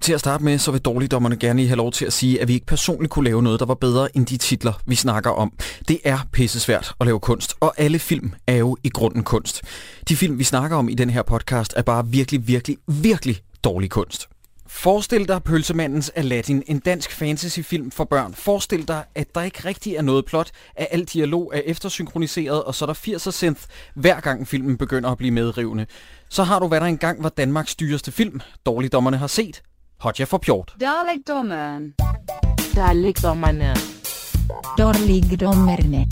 Til at starte med, så vil dårligdommerne gerne lige have lov til at sige, at vi ikke personligt kunne lave noget, der var bedre end de titler, vi snakker om. Det er pissesvært at lave kunst, og alle film er jo i grunden kunst. De film, vi snakker om i den her podcast, er bare virkelig dårlig kunst. Forestil dig Pølsemandens Aladdin, en dansk fantasyfilm for børn. Forestil dig, at der ikke rigtig er noget plot, at al dialog er eftersynkroniseret, og så er der 80'er synth, hver gang filmen begynder at blive medrivende. Så har du, hvad der engang var Danmarks dyreste film, dårligdommerne har set. Hodja for Pjort. Dårligdommerne. Dårligdommerne. Dårligdommerne.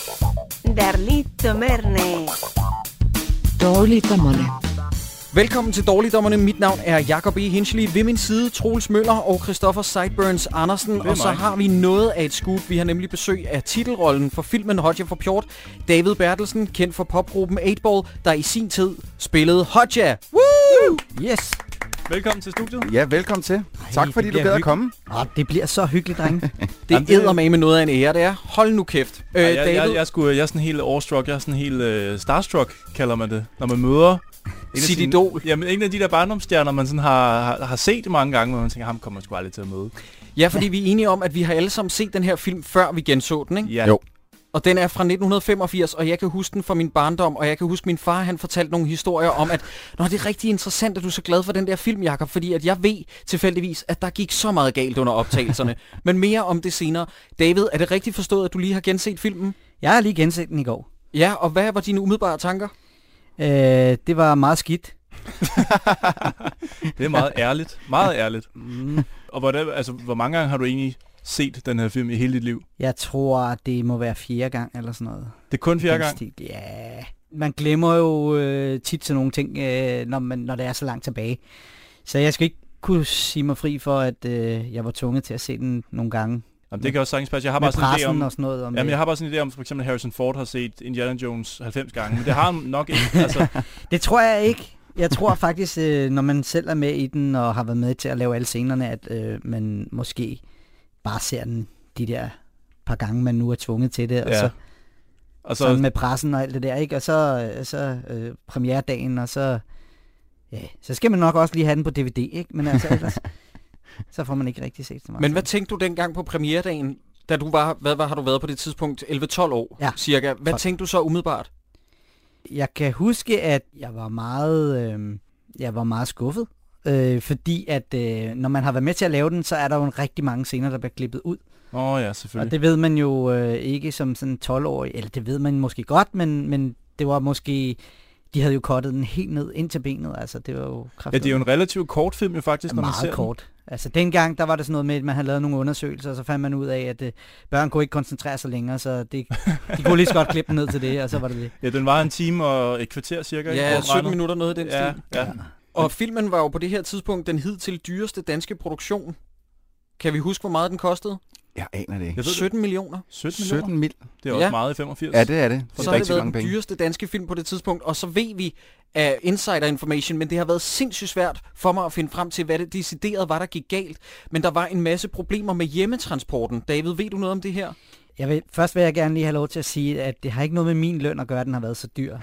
Dårligdommerne. Dårligdommerne. Velkommen til Dårligdommerne. Mit navn er Jacob E. Hinchley. Ved min side Troels Møller og Christopher Sideburns Andersen. Og så har vi noget af et scoop. Vi har nemlig besøg af titelrollen for filmen Hodja for Pjort. David Bertelsen, kendt for popgruppen 8Ball, der i sin tid spillede Hodja. Woo! Yes. Velkommen til studiet. Ja, velkommen til. Tak fordi du gad at komme. Det bliver så hyggeligt, drenge. Det eddermame med noget af en ære, det er. Hold nu kæft. Jeg er sådan helt awestruck. Jeg er sådan helt starstruck, kalder man det. Når man møder sit idol. Jamen, en af de der barndomsstjerner, man sådan har set mange gange, hvor man tænker, ham kommer sgu aldrig til at møde. Ja, fordi vi er enige om, at vi har alle sammen set den her film, før vi genså den, ikke? Ja. Jo. Og den er fra 1985, og jeg kan huske den fra min barndom, og jeg kan huske, min far han fortalte nogle historier om, at det er rigtig interessant, at du er så glad for den der film, Jacob, fordi at jeg ved tilfældigvis, at der gik så meget galt under optagelserne. Men mere om det senere. David, er det rigtigt forstået, at du lige har genset filmen? Jeg har lige genset den i går. Ja, og hvad var dine umiddelbare tanker? Det var meget skidt. Det er meget ærligt. Meget ærligt. Og hvor mange gange har du egentlig set den her film i hele dit liv? Jeg tror, det må være 4. gang eller sådan noget. Det er kun 4. gang? Ja, man glemmer jo tit til nogle ting, når det er så langt tilbage. Så jeg skal ikke kunne sige mig fri for, at jeg var tvunget til at se den nogle gange. Jamen, det kan også sagtens passe. Jeg har bare sådan en idé om, og sådan noget om jeg har bare sådan en idé om, for eksempel Harrison Ford har set Indiana Jones 90 gange, men det har han nok ikke. Altså. Det tror jeg ikke. Jeg tror faktisk, når man selv er med i den og har været med til at lave alle scenerne, at man måske bare ser den de der par gange, man nu er tvunget til det, ja. og så med pressen og alt det der, ikke? Og så premieredagen, og så skal man nok også lige have den på DVD, ikke? Men altså ellers, så får man ikke rigtig set så meget. Men hvad tænkte du dengang på premieredagen, da du var, hvad har du været på det tidspunkt, 11-12 år cirka? Hvad tænkte du så umiddelbart? Jeg kan huske, at jeg var meget skuffet, fordi at når man har været med til at lave den, så er der jo rigtig mange scener, der bliver klippet ud. Ja, selvfølgelig. Og det ved man jo ikke som sådan 12-årig, eller det ved man måske godt, men det var måske, de havde jo cuttet den helt ned ind til benet, altså det var jo kraftigt. Ja, det er jo en relativt kort film jo faktisk, når man ser meget kort. Altså dengang, der var det sådan noget med, at man havde lavet nogle undersøgelser, og så fandt man ud af, at børn kunne ikke koncentrere sig længere, så de kunne lige så godt klippe den ned til det, og så var det det. Ja, den var 1 time og et kvarter cirka. Ja, 17 minutter noget i den stil. Ja. Og filmen var jo på det her tidspunkt den hidtil dyreste danske produktion. Kan vi huske, hvor meget den kostede? Jeg aner det ikke. 17 millioner. 17 mil. Det er også meget i 85. Ja, det er det. Så har det været den dyreste danske film på det tidspunkt. Og så ved vi af insider information, men det har været sindssygt svært for mig at finde frem til, hvad det decideret var, der gik galt. Men der var en masse problemer med hjemmetransporten. David, ved du noget om det her? Først vil jeg gerne lige have lov til at sige, at det har ikke noget med min løn at gøre, at den har været så dyr.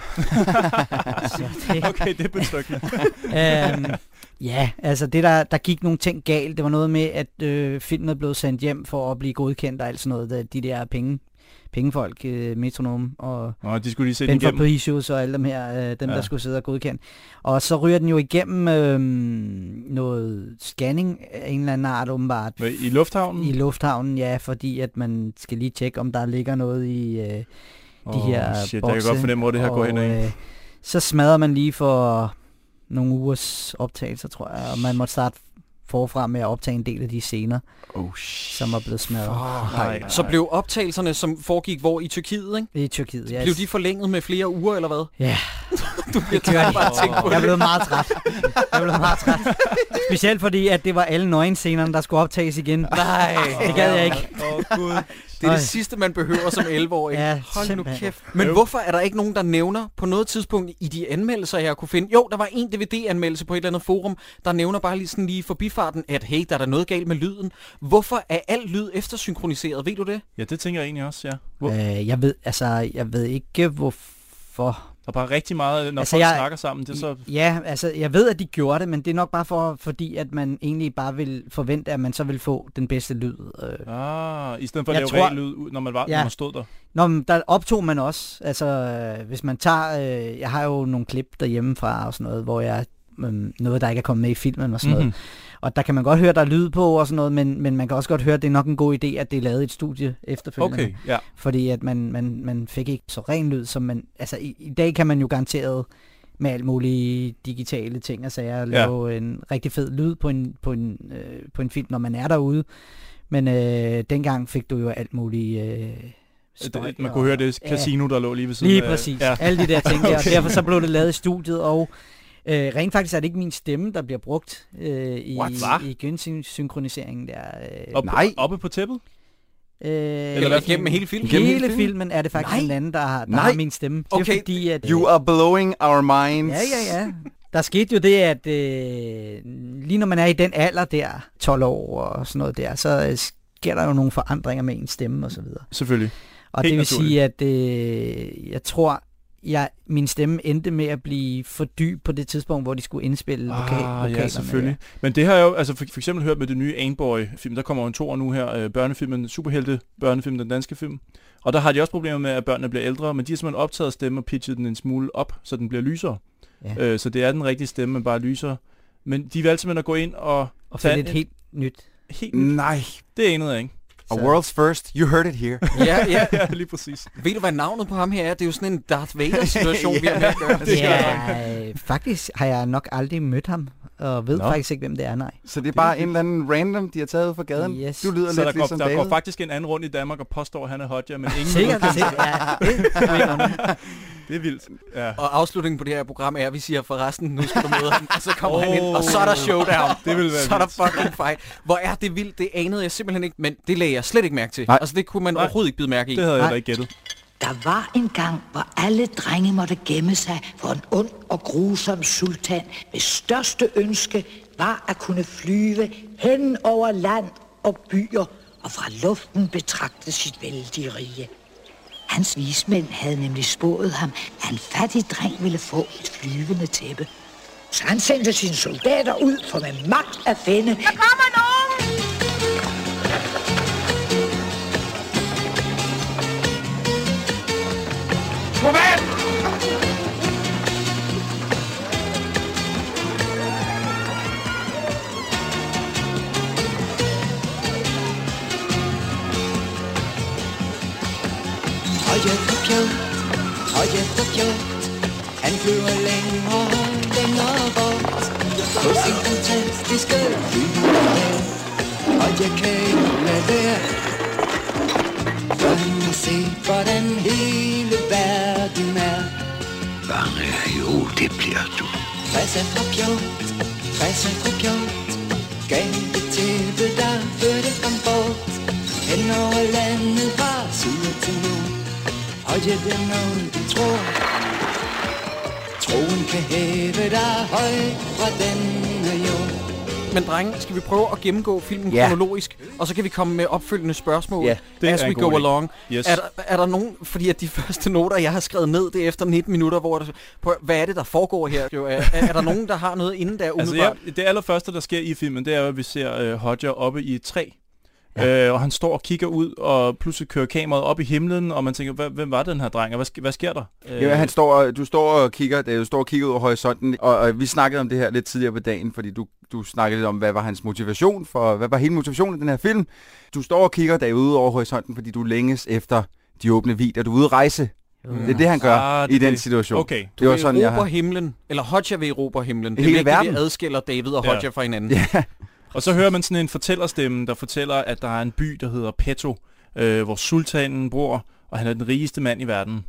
Okay, det er betryggende. Ja, altså det der gik nogle ting galt. Det var noget med, at filmen er blevet sendt hjem for at blive godkendt og alt sådan noget. De der pengefolk, Metronome og de skulle lige se Ben den igennem. Fabricius og alle dem her, der skulle sidde og godkende. Og så ryger den jo igennem noget scanning af en eller anden art åbenbart. I lufthavnen? I lufthavnen, ja, fordi at man skal lige tjekke, om der ligger noget i de her shit, bokse. Jeg kan godt fornemme, hvor det her går hen af. Så smadrer man lige for nogle ugers optagelser, tror jeg, og man måtte starte forfra med at optage en del af de scener, som er blevet smadret. Nej. Så blev optagelserne, som foregik hvor i Tyrkiet, ikke? I Tyrkiet, ja. Blev de forlænget med flere uger, eller hvad? Ja. Du bliver træt bare at tænke på det. Jeg blev meget træt. Specielt fordi, at det var alle nøgenscenerne, der skulle optages igen. Nej. Det gad jeg ikke. Gud. Det er det sidste, man behøver som 11-årig. Ja, hold nu kæft. Men hvorfor er der ikke nogen, der nævner på noget tidspunkt i de anmeldelser, jeg kunne finde? Jo, der var en DVD-anmeldelse på et eller andet forum, der nævner bare lige i forbifarten, at hey, der er der noget galt med lyden. Hvorfor er al lyd eftersynkroniseret? Ved du det? Ja, det tænker jeg egentlig også, ja. Jeg ved ikke, hvorfor. Og bare rigtig meget, når folk snakker sammen. Det er så... Ja, altså jeg ved, at de gjorde det, men det er nok bare fordi, at man egentlig bare vil forvente, at man så vil få den bedste lyd. I stedet for at lave ren lyd, når man stod der. Nå, men der optog man også. Altså, hvis man tager... jeg har jo nogle klip derhjemmefra og sådan noget, hvor jeg... noget, der ikke er kommet med i filmen og sådan noget. Og der kan man godt høre, der er lyd på og sådan noget, men man kan også godt høre, at det er nok en god idé, at det er lavet i et studie efterfølgende. Okay, ja. Fordi at man fik ikke så ren lyd, som man... Altså, i dag kan man jo garanteret med alt mulige digitale ting og sager lave en rigtig fed lyd på en film, når man er derude. Men dengang fik du jo alt muligt... støj, man kunne høre det casino, der lå lige ved siden. Lige præcis. Alle de der ting der. Okay. Derfor så blev det lavet i studiet, og rent faktisk er det ikke min stemme, der bliver brugt i gensynkroniseringen der. Nej. Oppe på tæppet? Eller gennem hele filmen? Hele filmen er det faktisk en anden, der har min stemme. Okay. Det er fordi, at, You are blowing our minds. Ja. Der skete jo det, at lige når man er i den alder der, 12 år og sådan noget der, så sker der jo nogle forandringer med ens stemme og så videre. Selvfølgelig. Og helt det vil naturligt. sige, at jeg tror... min stemme endte med at blive for dyb på det tidspunkt, hvor de skulle indspille vokalerne. Ja, selvfølgelig. Men det har jeg jo altså for eksempel hørt med det nye Aneboy-film. Der kommer jo en 2'er nu her, børnefilmen, superhelte-børnefilm, den danske film. Og der har de også problemer med, at børnene bliver ældre, men de har simpelthen optaget stemme og pitchet den en smule op, så den bliver lysere. Ja. Så det er den rigtige stemme, men bare lysere. Men de valgte simpelthen at gå ind og finde et helt nyt. Nej. Det anede jeg ikke. A world's first, you heard it here. Ja, lige præcis. Ved du, hvad navnet på ham her er? Det er jo sådan en Darth Vader-situation, vi har med at gøre. Ja, faktisk har jeg nok aldrig mødt ham, og ved faktisk ikke, hvem det er, nej. Så det er bare en eller anden random, de har taget ud fra gaden? Yes. Du lyder så lidt ligesom David. Der går faktisk en anden rundt i Danmark og påstår, at han er Hodja, men ingen... Sikkert. Det er vildt. Ja. Og afslutningen på det her program er, at vi siger forresten, nu skal du møde ham, og så kommer han ind, og så er der showdown. Det vil være så er der fucking fight. Hvor er det vildt, det anede jeg simpelthen ikke, men det lagde jeg slet ikke mærke til. Nej. Altså det kunne man overhovedet ikke bide mærke i. Det havde jeg da ikke gættet. Der var en gang, hvor alle drenge måtte gemme sig for en ond og grusom sultan, hvis største ønske var at kunne flyve hen over land og byer og fra luften betragte sit vældige rige. Hans vismænd havde nemlig spået ham, at en fattig dreng ville få et flyvende tæppe. Så han sendte sine soldater ud for med magt at finde... Der kommer nogen! Moment! Hodja for pjot, han flyver længere bort på sin fantastiske flyvehæv. Hodja kan ikke lade være, for han vil se, hvordan hele verden er. Bange, jo, det bliver du. Fræse for pjot, gav det tæppe, der førte ham bort. Hen over landet fra syd til nord. Hodja, det er noget, du tror. Troen kan hæve dig højt fra denne jord. Men drenge, skal vi prøve at gennemgå filmen kronologisk, og så kan vi komme med opfølgende spørgsmål as we go along. Yes. Er der nogen, fordi at de første noter, jeg har skrevet ned, det er efter 19 minutter, hvor hvad er det, der foregår her? Er der nogen, der har noget inden der umiddelbart? Altså, det allerførste, der sker i filmen, det er at vi ser Hodja oppe i et træ. Og han står og kigger ud, og pludselig kører kameraet op i himlen, og man tænker, hvem var den her dreng, og hvad sker der? Ja, du står og kigger ud over horisonten, og vi snakkede om det her lidt tidligere på dagen, fordi du snakkede lidt om, hvad var hans motivation, hvad var hele motivationen i den her film? Du står og kigger derude over horisonten, fordi du længes efter de åbne vidder, du er ude at rejse. Det er det, han gør i den situation. Okay. Du vil erobre himlen, eller Hodja vil erobre himlen. Det er vigtigt, at vi adskiller David og Hodja fra hinanden. Ja. Og så hører man sådan en fortællerstemme, der fortæller, at der er en by, der hedder Petto, hvor sultanen bor, og han er den rigeste mand i verden.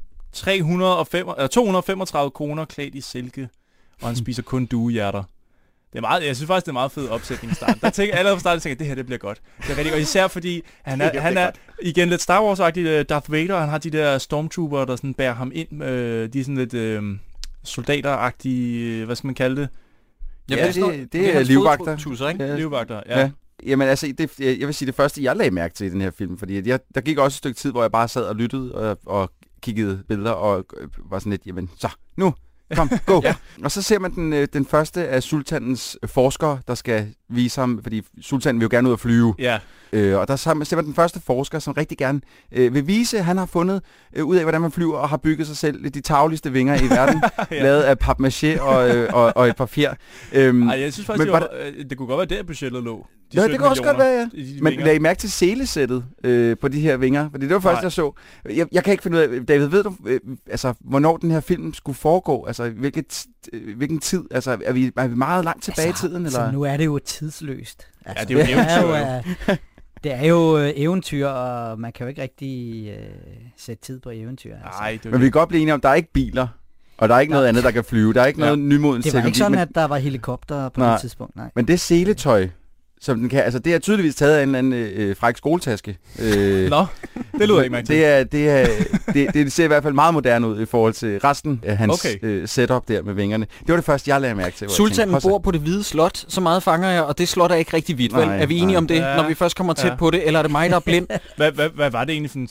235 kroner klædt i silke, og han spiser kun duehjerter. Det er meget, jeg synes faktisk, det er en meget fed opsætning i starten. Der tænker allerede fra starten, at det her det bliver godt. Det er rigtig, og især fordi han er igen lidt Star Wars-agtig Darth Vader, og han har de der stormtrooper, der sådan bærer ham ind. De er sådan lidt soldateragtige, hvad skal man kalde det? Ja, det er livvagter. Ikke? Livvagter, ja. Jamen altså, jeg vil sige det første, jeg lagde mærke til i den her film, fordi der gik også et stykke tid, hvor jeg bare sad og lyttede og kiggede billeder og var sådan lidt, jamen så, nu, kom, go. Ja. Og så ser man den første af sultanens forskere, der skal vise ham, fordi sultanen vil jo gerne ud at flyve. Ja. Og der ser man den første forsker, som rigtig gerne vil vise, at han har fundet ud af, hvordan man flyver, og har bygget sig selv de tarveligste vinger i verden, lavet af papmaché og et par fjer. Jeg synes faktisk, det kunne godt være der, budgettet lå. Ja, det kan også godt være, ja. Men lagde I mærke til selesættet på de her vinger? Fordi det var først, jeg så. Jeg kan ikke finde ud af, David, ved du, altså, hvornår den her film skulle foregå? Altså, hvilken tid? Altså, er vi meget langt tilbage i tiden? Eller? Så nu er det jo tidsløst. Altså, ja, det er jo eventyr. Det er jo eventyr, og man kan jo ikke rigtig sætte tid på eventyr. Altså. Nej, men vi kan godt blive enige om, der er ikke biler, og der er ikke noget andet, der kan flyve. Der er ikke noget nymodens teknologi. Det var ikke sådan, at der var helikopter på det tidspunkt. Nej. Men det seletøj, som den kan, altså det er tydeligvis taget af en eller anden fræk skoletaske. Nå, det lyder ikke mærkeligt. Det ser i hvert fald meget moderne ud i forhold til resten af hans setup der med vingerne. Det var det første, jeg lagde mærke til. Sultanen bor på det hvide slot, så meget fanger jeg, og det slot er ikke rigtig hvidt, vel? Er vi enige om det, når vi først kommer tæt på det, eller er det mig, der er blind? Hvad var det egentlig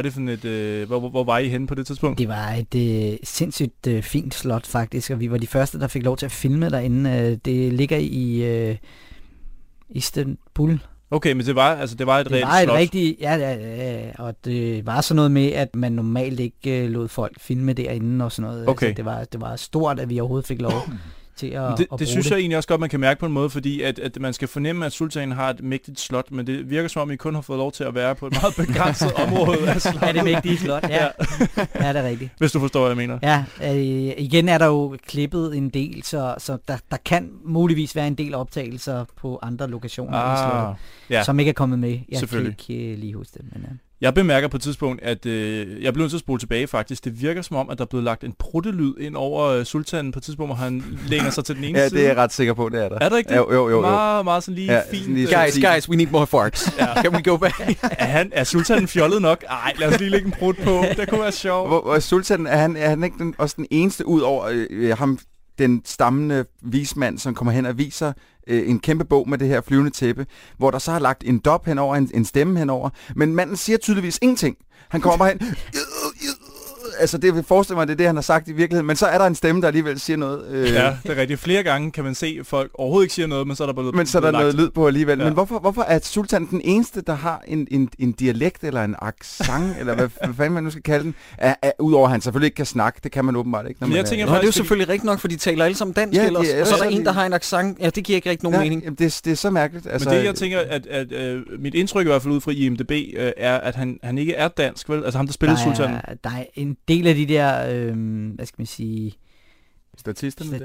hvor var I henne på det tidspunkt? Det var et sindssygt fint slot faktisk, og vi var de første, der fik lov til at filme derinde. Det ligger i Istanbul. Okay, men det var et reelt slot. Og det var sådan noget med, at man normalt ikke lod folk filme derinde og sådan noget. Okay. Altså, det var stort, at vi overhovedet fik lov til at bruge det synes jeg egentlig også godt, man kan mærke på en måde, fordi at man skal fornemme, at sultanen har et mægtigt slot, men det virker som om, I kun har fået lov til at være på et meget begrænset område af slottet. Ja, det mægtige slot, ja. Ja, det er rigtigt. Hvis du forstår, hvad jeg mener. Ja, igen er der jo klippet en del, så der kan muligvis være en del optagelser på andre lokationer i slottet, som ikke er kommet med. Jeg kan ikke lige huske det, men ja. Jeg bemærker på et tidspunkt, at jeg blev nødt til at spole tilbage faktisk. Det virker som om, at der er blevet lagt en pruttelyd ind over sultanen på et tidspunkt, hvor han læner sig til den ene side. Ja, det er jeg ret sikker på, det er der. Er der ikke det? Jo. Meget sådan lige fint. Guys, we need more farts. Can we go back? Er sultanen fjollet nok? Ej, lad os lige lægge en prut på. Det kunne være sjovt. Sultanen, er han ikke også den eneste ud over ham, den stammende vismand, som kommer hen og viser en kæmpe bog med det her flyvende tæppe, hvor der så har lagt en dop henover, en stemme henover, men manden siger tydeligvis ingenting. Han kommer hen, altså det forestiller mig, det er det, han har sagt i virkeligheden, men så er der en stemme, der alligevel siger noget. Ja, det er rigtigt. Flere gange kan man se, at folk overhovedet ikke siger noget, men så er der bare noget lyd på alligevel. Ja. Men hvorfor er sultanen den eneste, der har en dialekt eller en accent, eller hvad fanden man nu skal kalde den, udover at han selvfølgelig ikke kan snakke, det kan man åbenbart ikke. Men jeg tænker, det er jo selvfølgelig rigtigt nok, for de taler alle sammen dansk, ellers, og så er der en, der har en accent. Ja, det giver ikke rigtig nogen mening. Jamen, det er så mærkeligt. Altså, men det, jeg tænker, at mit indtryk i hvert fald ud fra IMDb, er, at han ikke er dansk, vel? Altså ham, der spillede sultanen. Der er en del af de der, hvad skal man sige... Statisterne.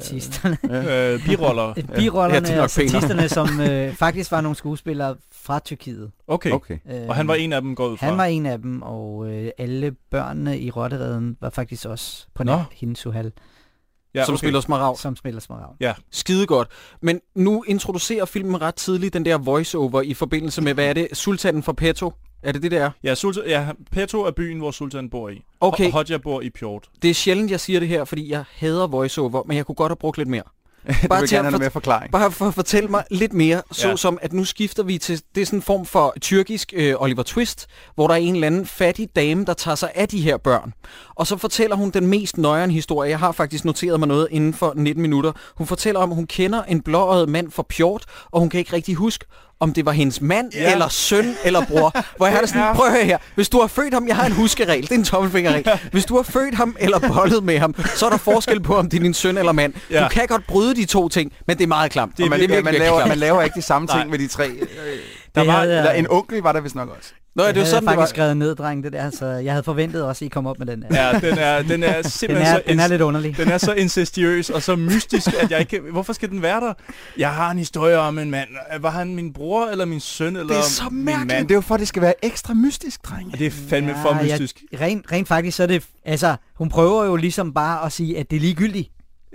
Birollerne og statisterne, som faktisk var nogle skuespillere fra Tyrkiet. Okay. Og han var en af dem, går ud fra? Han var en af dem, og alle børnene i Rottereden var faktisk også på nær hendes Suhal. Ja, som spiller Smaragd. Som spiller Smaragd. Ja, skide godt. Men nu introducerer filmen ret tidligt den der voiceover i forbindelse med, hvad er det? Sultanen fra Peto? Er det der? Ja, Peto er byen, hvor sultanen bor i. Okay. Og Hodja bor i Pjort. Det er sjældent, jeg siger det her, fordi jeg hader voiceover, men jeg kunne godt have brugt lidt mere. Bare til at mere forklaring. Bare for at fortælle mig lidt mere, som at nu skifter vi til, det er sådan en form for tyrkisk Oliver Twist, hvor der er en eller anden fattig dame, der tager sig af de her børn. Og så fortæller hun den mest nøjeren historie. Jeg har faktisk noteret mig noget inden for 19 minutter. Hun fortæller om, at hun kender en blåøjet mand fra Pjort, og hun kan ikke rigtig huske, om det var hendes mand, eller søn, eller bror. Hvor jeg har det sådan, prøv at høre her. Hvis du har født ham, jeg har en huskeregel, det er en tommelfingerregel. Hvis du har født ham, eller bollet med ham, så er der forskel på, om det er din søn eller mand. Du kan godt bryde de to ting, men det er meget klamt. Man laver ikke de samme ting med de tre. Eller en onkel var der vist nok også. Nå, det var sådan, faktisk skrevet ned, dreng, det der, så jeg havde forventet også, at I kom op med den der. Ja, den er simpelthen den er lidt underlig. Den er så incestuøs og så mystisk, at jeg ikke... Hvorfor skal den være der? Jeg har en historie om en mand. Var han min bror, eller min søn, eller det er så mærkeligt. Det er jo for, at det skal være ekstra mystisk, dreng. Og det er fandme for mystisk. Rent faktisk, så er det... Altså, hun prøver jo ligesom bare at sige, at det er ligegyldigt.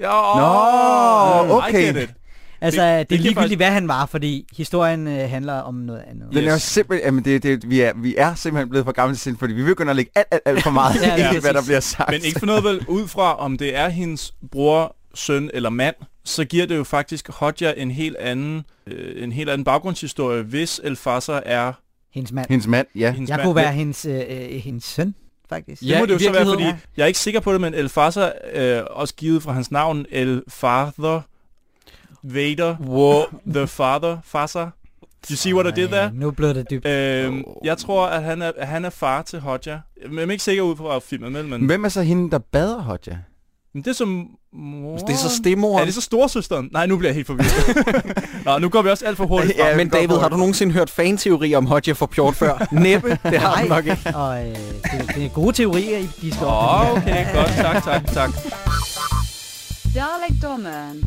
Okay. Altså, det er ligegyldigt, hvad han var, fordi historien handler om noget andet. Den er jo simpelthen, vi er simpelthen blevet for gamle til sind, fordi vi begynder at lægge alt for meget i, hvad der bliver sagt. Men ikke for noget vel ud fra, om det er hendes bror, søn eller mand, så giver det jo faktisk Hodja en helt anden baggrundshistorie, hvis El Fasser er... Hendes mand. Hendes mand, ja. Jeg kunne være hendes søn. faktisk. Det må det jo så være, fordi jeg er ikke sikker på det, men El Faza, også givet fra hans navn, El Father, Vader, The Father, Faza. Do you see what I did there? Nu blev det dybt. Jeg tror, at han er far til Hodja. Jeg er ikke sikker ud på filmen, men... Hvem er så hende, der bader Hodja? Det er som mor... Det er så stemoren. Er det så storsøsteren? Nej, nu bliver jeg helt forvirret. Nå, nu går vi også alt for hurtigt frem. Ja, men David, har du nogensinde hørt fanteori om Hodja for Pjort før? Næppe, det har du nok ikke. Og det er gode teorier, de skal Okay, godt. Tak. Dalekdommeren.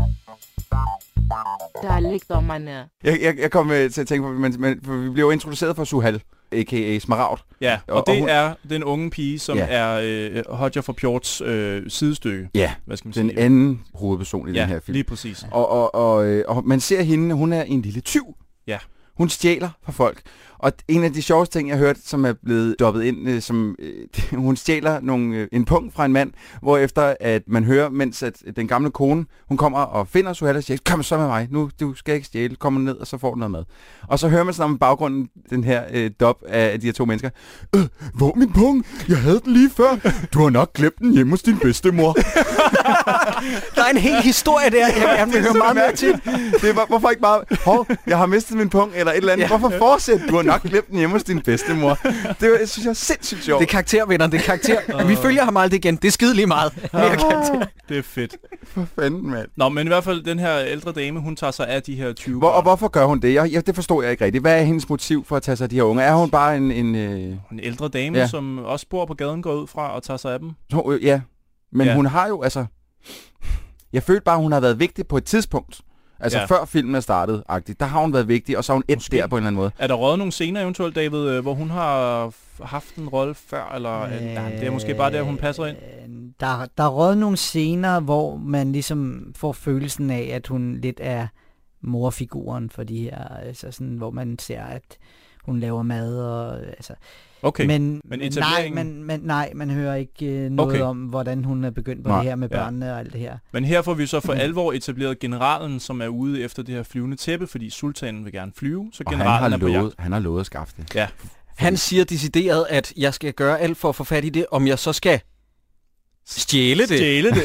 Dalekdommerne. Jeg kom til at tænke på, for vi blev jo introduceret for Suhal, a.k.a. Smaragd. Ja, og det er den unge pige, som er Hodja for Pjorts sidestykke. Ja, hvad skal man sige? Den anden hovedperson i den her film. Lige præcis. Og man ser hende, hun er en lille tyv. Ja. Hun stjæler fra folk. Og en af de sjoveste ting, jeg har hørt, som er blevet dobbet ind, hun stjæler en punkt fra en mand, hvorefter at man hører, mens at den gamle kone, hun kommer og finder Suhal og siger, kom så med mig, nu du skal ikke stjæle, kom ned, og så får du noget mad. Og så hører man sådan om baggrunden, den her dub af de her to mennesker. Hvor min punkt? Jeg havde den lige før. Du har nok glemt den hjemme hos din bedstemor. Der er en hel historie der, jeg gerne vil høre meget mere til. Det var, hvorfor ikke bare, jeg har mistet min punkt, eller et eller andet. Hvorfor fortsætte? Du har nok glemt den hjemme hos din bedstemor. Det synes jeg er sindssygt sjovt. Det er karaktervinder, det er karakter. Vi følger ham aldrig igen. Det er skide lige meget. Det er fedt. For fanden, mand. Nå, men i hvert fald, den her ældre dame, hun tager sig af de her 20 og hvorfor gør hun det? Det forstår jeg ikke rigtigt. Hvad er hendes motiv for at tage sig af de her unge? Er hun bare en ældre dame, som også bor på gaden, går ud fra og tager sig af dem? Ja, men hun har jo, altså... Jeg følte bare, hun har været vigtig på et tidspunkt. Altså før filmen er startet-agtigt. Der har hun været vigtig, og så har hun endt der på en eller anden måde. Er der røget nogle scener eventuelt, David, hvor hun har haft en rolle før, eller det er måske bare der, hun passer ind? Der er røget nogle scener, hvor man ligesom får følelsen af, at hun lidt er morfiguren for de her, altså sådan, hvor man ser, at hun laver mad og altså... Okay, men nej, man hører ikke noget om, hvordan hun er begyndt på det her med børnene og alt det her. Men her får vi så for alvor etableret generalen, som er ude efter det her flyvende tæppe, fordi sultanen vil gerne flyve, så generalen er på jagt. Han har lovet at skaffe det. Ja. Han siger decideret, at jeg skal gøre alt for at få fat i det, om jeg så skal stjæle det.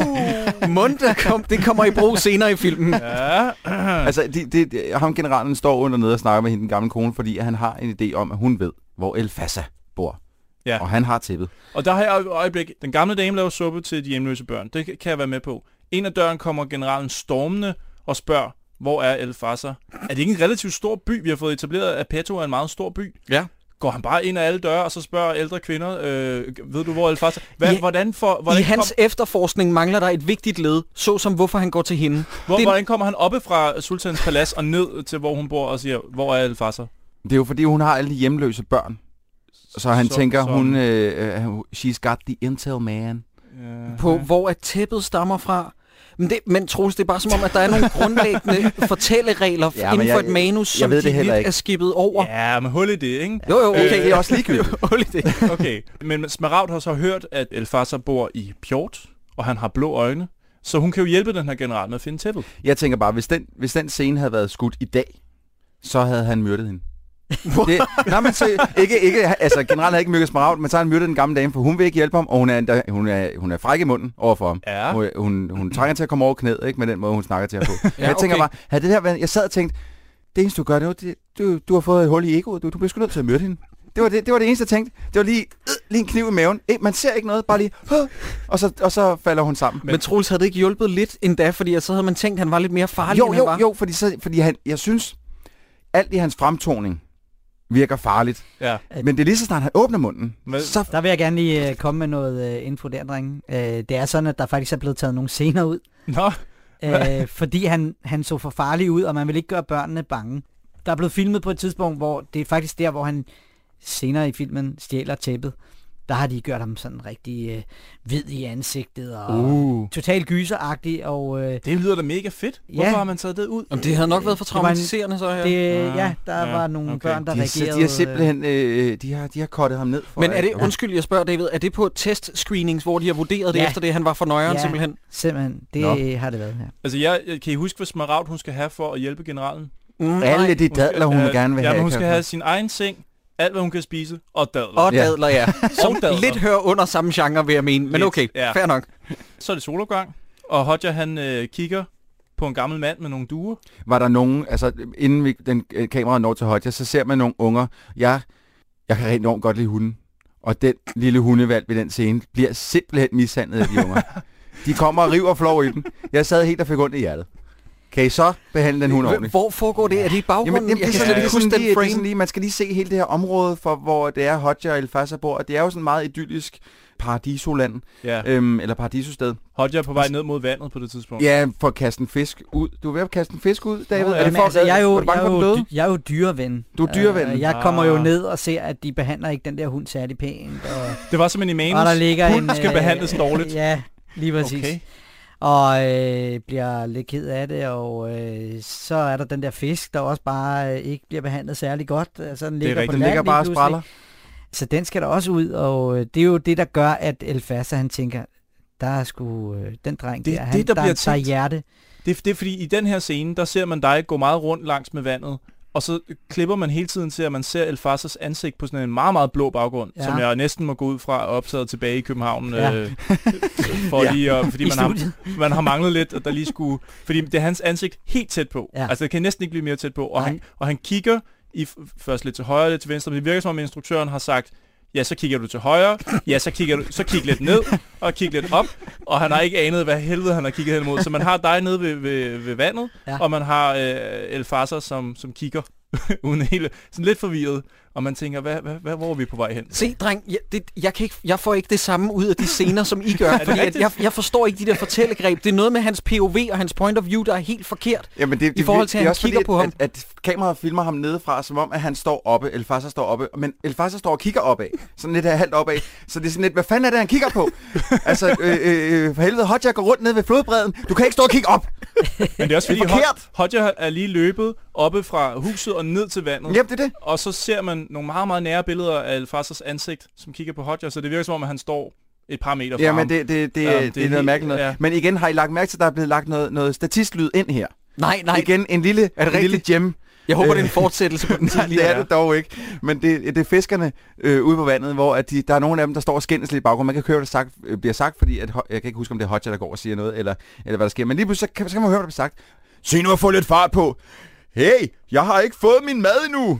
Det kommer i brug senere i filmen. Ja. Altså, ham generalen står under nede og snakker med hende, den gamle kone, fordi han har en idé om, at hun ved, hvor El Faza bor. Ja. Og han har tæppet. Og der har jeg et øjeblik. Den gamle dame laver suppe til de hjemløse børn. Det kan jeg være med på. En af døren kommer generalen stormende og spørger, hvor er El Faza? Er det ikke en relativt stor by? Vi har fået etableret, at Petto er en meget stor by. Ja. Går han bare ind af alle døre, og så spørger ældre kvinder, ved du, hvor El Faza? Hvordan I hans efterforskning mangler der et vigtigt led, såsom hvorfor han går til hende. Hvordan kommer han oppe fra Sultans palads og ned til, hvor hun bor, og siger, hvor er El Faza? Det er jo fordi, hun har alle de hjemløse børn. Så han tænker, hun she's got the intel man. På hvor at tæppet stammer fra. Men Troels, det er bare som om, at der er nogle grundlæggende fortælleregler inden for et manus, som de lidt er skippet over. Ja, men hul i det, ikke? Jo, okay, det er også ligegyldigt. Hul i det. Okay, men Smaragd har så hørt, at El Faza bor i Pjort, og han har blå øjne. Så hun kan jo hjælpe den her general med at finde tæppet. Jeg tænker bare, hvis den scene havde været skudt i dag, så havde han myrdet hende. Altså generelt havde ikke myrdet Smaragd, men så har han myrdet den gamle dame, for hun vil ikke hjælpe ham, og hun er fræk i munden overfor ham. Ja. Hun trænger til at komme over knæet, ikke, med den måde hun snakker til ham på. Jeg tænker bare, havde det her været, jeg sad og tænkte, det eneste du gør, det er, du har fået et hul i egoet, du bliver sgu nødt til at myrde hende. Det var det eneste jeg tænkte. Det var lige en kniv i maven. Man ser ikke noget, bare lige og så falder hun sammen. Men Troels, havde det ikke hjulpet lidt endda, fordi så havde man tænkt, at han var lidt mere farlig, end han var? Jo, fordi jeg synes alt i hans fremtoning virker farligt. Ja. Men det er lige så snart han åbner munden. Så der vil jeg gerne lige komme med noget info der, drenge. Det er sådan, at der faktisk er blevet taget nogle scener ud. Nå. Fordi han så for farlig ud, og man vil ikke gøre børnene bange. Der er blevet filmet på et tidspunkt, hvor det er faktisk der, hvor han senere i filmen stjæler tæppet. Der har de gjort ham sådan rigtig hvid i ansigtet og totalt gyseragtig. Og, det lyder da mega fedt. Hvorfor har man taget det ud? Jamen, det havde nok været for traumatiserende så her. Der var nogle børn, der reagerede. De har simpelthen de har kottet ham ned. Men er det, undskyld, jeg spørger David, er det på test-screenings, hvor de har vurderet det efter det, han var for nøjeren simpelthen? Simpelthen. Det har det været her. Altså, kan I huske, hvad Smaragd hun skal have for at hjælpe generalen? Alle de dadler, hun vil gerne vil have. Ja, hun skal have sin egen seng, alt hvad hun kan spise, og dadler. Og dadler, ja. Som dadler. lidt hører under samme genre, vil jeg mene. Men okay, fair nok. Så er det solopgang, og Hodja han kigger på en gammel mand med nogle duer. Var der nogen, altså inden den kameraet når til Hodja, så ser man nogle unger. Jeg kan rigtig enormt godt lide hunden. Og den lille hundevalg ved den scene bliver simpelthen mishandlet af de unger. De kommer og river og flår i den. Jeg sad helt og fik ondt i hjertet. Kan I så behandle den hund ordentligt? Hvor foregår det? Er det i baggrunden? Jamen, jeg kan slet ikke huske den frame. Man skal lige se hele det her område, hvor det er Hodja og El-Faza bor. Og det er jo sådan meget idyllisk paradisoland. Ja. Eller paradisosted. Hodja er på vej ned mod vandet på det tidspunkt. Ja, for at kaste en fisk ud. Du er ved at kaste en fisk ud, David? Er det for, altså, jeg er jo dyreven. Du er dyreven? Jeg kommer jo ned og ser, at de behandler ikke den der hund særlig pænt. Og det var som en manus. Og der ligger hunden skal behandles dårligt. Ja, lige præcis. Okay. Og bliver lidt ked af det, og så er der den der fisk, der også bare ikke bliver behandlet særlig godt. Altså, den ligger på land, ligger bare og spræller. Så den skal der også ud, og det er jo det, der gør, at El-Faza, han tænker, der er sgu den dreng der, der er hjerte. Det er fordi, i den her scene, der ser man dig gå meget rundt langs med vandet, og så klipper man hele tiden til, at man ser El-Fazas ansigt på sådan en meget, meget blå baggrund, som jeg næsten må gå ud fra og optaget tilbage i København, fordi man har manglet lidt, at der lige skulle... Fordi det er hans ansigt helt tæt på. Ja. Altså, det kan næsten ikke blive mere tæt på. Og han kigger først lidt til højre, lidt til venstre, men det virker som om instruktøren har sagt, ja, så kigger du til højre, ja, så kig lidt ned, og kig lidt op, og han har ikke anet, hvad helvede han har kigget hen imod. Så man har dig nede ved vandet, og man har El-Faza, som kigger uden hele, sådan lidt forvirret, og man tænker, hvor er vi på vej hen? Se, dreng, jeg får ikke det samme ud af de scener, som I gør, fordi jeg forstår ikke de der fortællegreb. Det er noget med hans POV og hans point of view, der er helt forkert. Jamen i forhold til, at han kigger på ham. At kameraet filmer ham nedefra, som om, at han står oppe, El-Faza står oppe, men El-Faza står og kigger opad, sådan lidt halvt opad, så det er sådan lidt, hvad fanden er det, han kigger på? Altså, for helvede, Hodja går rundt ned ved flodbredden, du kan ikke stå og kigge op! Men det er også fordi, Hodja er lige løbet oppe fra huset og ned til vandet. Jamen, det er det. Og så ser man nogle meget, meget nære billeder af El-Fazas ansigt, som kigger på Hodja, så det virker som om, at han står et par meter fra ham. Jamen, det er noget mærkeligt noget. Ja. Men igen, har I lagt mærke til, at der er blevet lagt noget statistlyd ind her? Nej. Igen, en lille gem. Jeg håber, det er en fortsættelse på den tidligere. Det er det dog ikke. Men det er fiskerne ude på vandet, hvor at der er nogle af dem, der står og skændes lidt i baggrunden. Man kan høre, det bliver sagt, fordi at, jeg kan ikke huske, om det er Hodja, der går og siger noget, eller hvad der sker. Men lige pludselig, så kan man høre, hvad der bliver sagt. Se nu at få lidt fart på. Hey, jeg har ikke fået min mad endnu.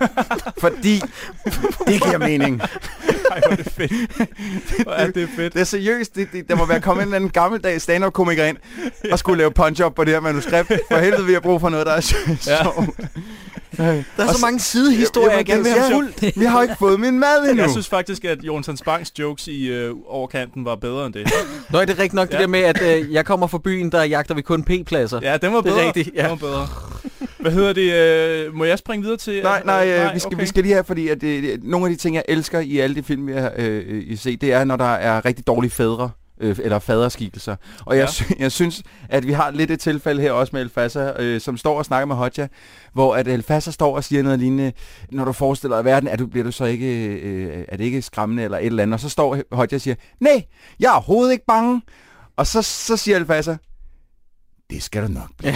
Fordi det giver mening. Ej, hvor er det fedt. Det er fedt. Det er seriøst. Der må være kommet en eller anden gammeldags stand-up-komiker ind og skulle lave punch-up på det her manuskript. For helvede, vi har brug for noget, der er sjovt. Der er så mange sidehistorier, jeg gerne vil have fuldt. Vi har ikke fået min mad endnu. Jeg synes faktisk, at Jonathan Spangs jokes i overkanten var bedre end det. Nå, er det rigtigt nok det der med, at jeg kommer fra byen, der jagter vi kun P-pladser. Ja, den var bedre. Det er rigtigt, ja. Den var bedre. Hvad hedder det? Må jeg springe videre til? Nej, vi skal lige have, fordi at nogle af de ting, jeg elsker i alle de film, vi har set, det er, når der er rigtig dårlige fædre. Eller faderskikkelser. Og jeg synes, at vi har lidt et tilfælde her også med El-Faza, som står og snakker med Hodja, hvor at El-Faza står og siger noget lignende, når du forestiller dig verden, bliver du så ikke, er det ikke skræmmende eller et eller andet? Og så står Hodja og siger, nej, jeg er overhovedet ikke bange. Og så siger El-Faza, det skal du nok blive.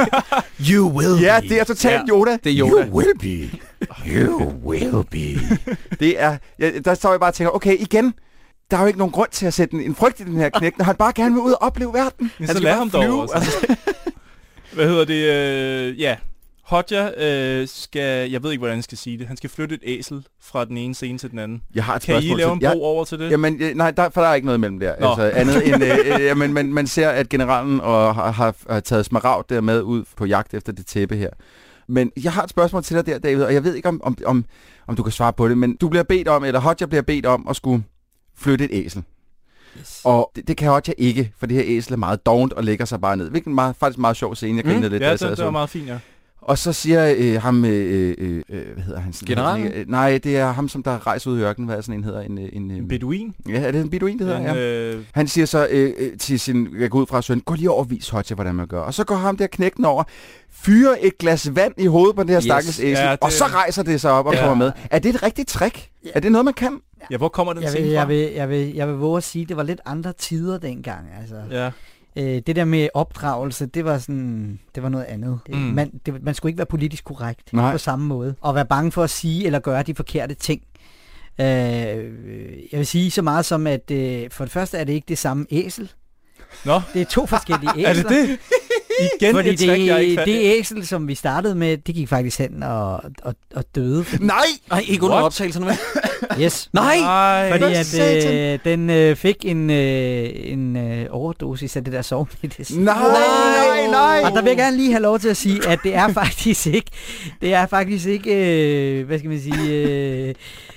You will be. Ja, det er totalt Yoda. Det er Yoda. You will be. You will be. Det er, der står jeg bare og tænker, okay, igen, der er jo ikke nogen grund til at sætte en frygt i den her knægt, når han bare gerne vil ud og opleve verden. Han skal bare flyve. Hvad hedder det? Hodja skal, jeg ved ikke, hvordan jeg skal sige det, han skal flytte et æsel fra den ene scene til den anden. Jeg har et kan I lave en bro over til det? Jamen, nej, for der er ikke noget mellem der. Altså, andet end, man ser, at generalen har taget Smaragd der med ud på jagt efter det tæppe her. Men jeg har et spørgsmål til dig der, David, og jeg ved ikke, om du kan svare på det, men du bliver bedt om, eller Hodja bliver bedt om at skulle flytte et æsel. Yes. Og det kan Hodja ikke, for det her æsel er meget dovent og lægger sig bare ned. Hvilken faktisk meget sjov scene, jeg grinede lidt. Ja, det var meget fint, ja. Og så siger ham, hvad hedder han? Generalen? Nej, det er ham, som der rejser ud i ørkenen. Hvad er sådan en hedder? En beduin? Ja, er det en beduin, det hedder? Ja. Han siger så til sin, jeg går ud fra søn, gå lige over og vis Hodja, hvordan man gør. Og så går ham der knægten over, fyrer et glas vand i hovedet på den her stakkels æsel, og så rejser det sig op og kommer med. Er det et rigtigt trick? Ja. Er det noget, man kan? Ja, hvor kommer den scene fra? Jeg vil våge at sige, at det var lidt andre tider dengang. Altså. Ja. Det der med opdragelse, det var noget andet. Man skulle ikke være politisk korrekt på samme måde. Og være bange for at sige eller gøre de forkerte ting. Jeg vil sige så meget som, at for det første er det ikke det samme æsel. Nå. Det er 2 forskellige æsler. Er det det? Igen fordi et trick, jeg ikke det æsel, som vi startede med, det gik faktisk hen og døde. Nej, ikke under optagelserne med. Yes. Nej. Fordi at den fik en overdosis af det der sovemedicin. Nej. Og der vil jeg gerne lige have lov til at sige, at det er faktisk ikke, hvad skal man sige,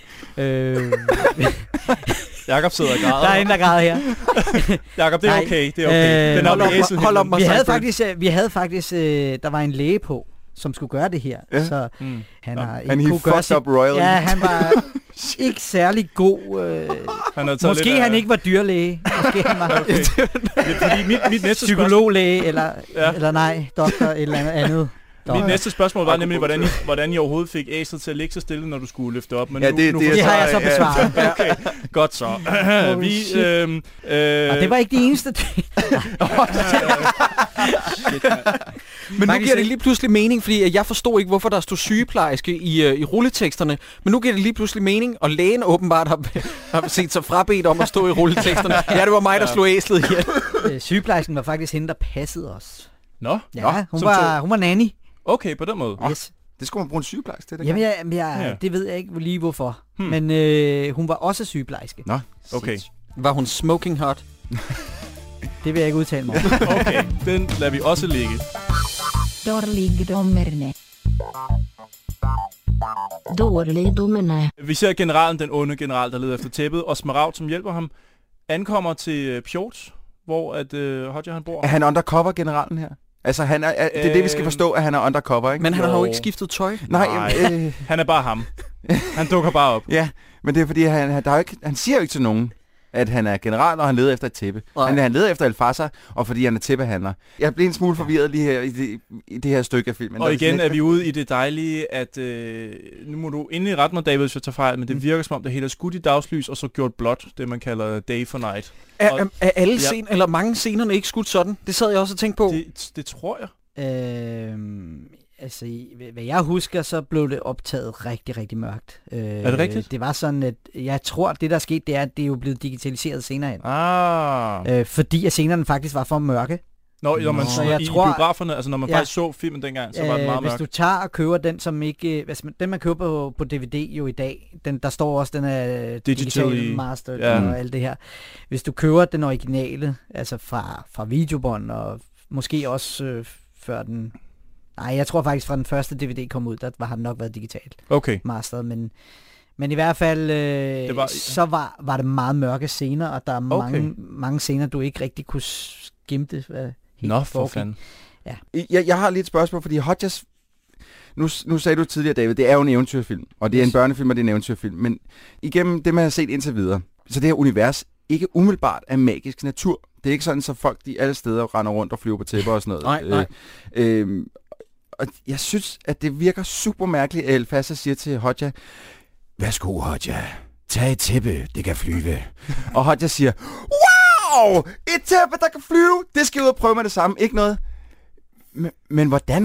Jakob sidder og græder. Der er en, der græder her. Jakob, det er okay. Det er okay. Hold op. Vi havde faktisk, der var en læge på, som skulle gøre det her. Ja. Så han har ikke kunne gøre sit... Ja, han var ikke særlig god. Måske han ikke var dyrlæge. Måske han var fordi mit næste psykologlæge, eller nej, doktor, eller andet. Mit næste spørgsmål var nemlig, hvordan I overhovedet fik æslet til at ligge så stille, når du skulle løfte op. Men det har jeg så besvaret. Okay, godt så. Og det var ikke det eneste. Men nu giver det lige pludselig mening, fordi jeg forstod ikke, hvorfor der stod sygeplejerske i rulleteksterne. Men nu giver det lige pludselig mening, og lægen åbenbart har set sig frabedt om at stå i rulleteksterne. Ja, det var mig, der slog æslet ihjel. Sygeplejersken var faktisk hende, der passede os. Nå? Ja, hun var nanny. Okay, på den måde. Yes. Det skulle man bruge en sygeplejerske til. Jamen, det ved jeg ikke lige hvorfor. Men hun var også sygeplejerske. Nå, okay. Var hun smoking hot? Det vil jeg ikke udtale mig om. Okay, den lader vi også ligge. Dårligdommerne. Vi ser generalen, den onde general, der leder efter tæppet, og Smaragd, som hjælper ham, ankommer til Pjort, hvor Hodja han bor. Er han undercover, generalen her? Altså, det er det, vi skal forstå, at han er undercover, ikke? Men han har jo ikke skiftet tøj. Nej. Han er bare ham. Han dukker bare op. Ja, men det er fordi, han siger jo ikke til nogen, at han er general, og han leder efter et tæppe. Han leder efter El-Fasser, og fordi han er tæppehandler. Jeg blev en smule forvirret lige her i det her stykke af filmen. Og igen er vi ude i det dejlige, at nu må du endelig rette mig, David, hvis jeg tager fejl, men det virker som om, det hele er skudt i dagslys, og så gjort blåt, det man kalder day for night. Er alle scener, eller mange scenerne ikke skudt sådan? Det sad jeg også og tænkte på. Det tror jeg. Altså, hvad jeg husker, så blev det optaget rigtig, rigtig mørkt. Er det rigtigt? Det var sådan, at jeg tror, det der skete, det er, at det er jo blevet digitaliseret senere hen. Fordi at scenerne faktisk var for mørke. Når man så i biograferne, altså når man faktisk så filmen dengang, så var det meget mørkt. Hvis du tager og køber den, som ikke... den man køber på DVD jo i dag, der står også, den er digital master og alt det her. Hvis du køber den originale, altså fra videobånd, og måske også før den... Nej, jeg tror faktisk fra den første DVD kom ud, der har den nok været digitalt masteret, men i hvert fald så var det meget mørke scener, og der er mange scener, du ikke rigtig kunne skimte. Nå, for fanden. Ja. Jeg har lidt et spørgsmål, fordi Hodjas... Nu sagde du tidligere, David, det er jo en eventyrfilm, og det er en børnefilm, og det er en eventyrfilm, men igennem det, man har set indtil videre, så det her univers ikke umiddelbart er magisk natur. Det er ikke sådan, så folk de alle steder render rundt og flyver på tæpper og sådan noget. Nej. Og jeg synes, at det virker super mærkeligt, at El-Fasser siger til Hodja, værsgo Hodja, tag et tæppe, det kan flyve. Og Hodja siger, wow, et tæppe, der kan flyve, det skal ud og prøve med det samme, ikke noget. Men hvordan?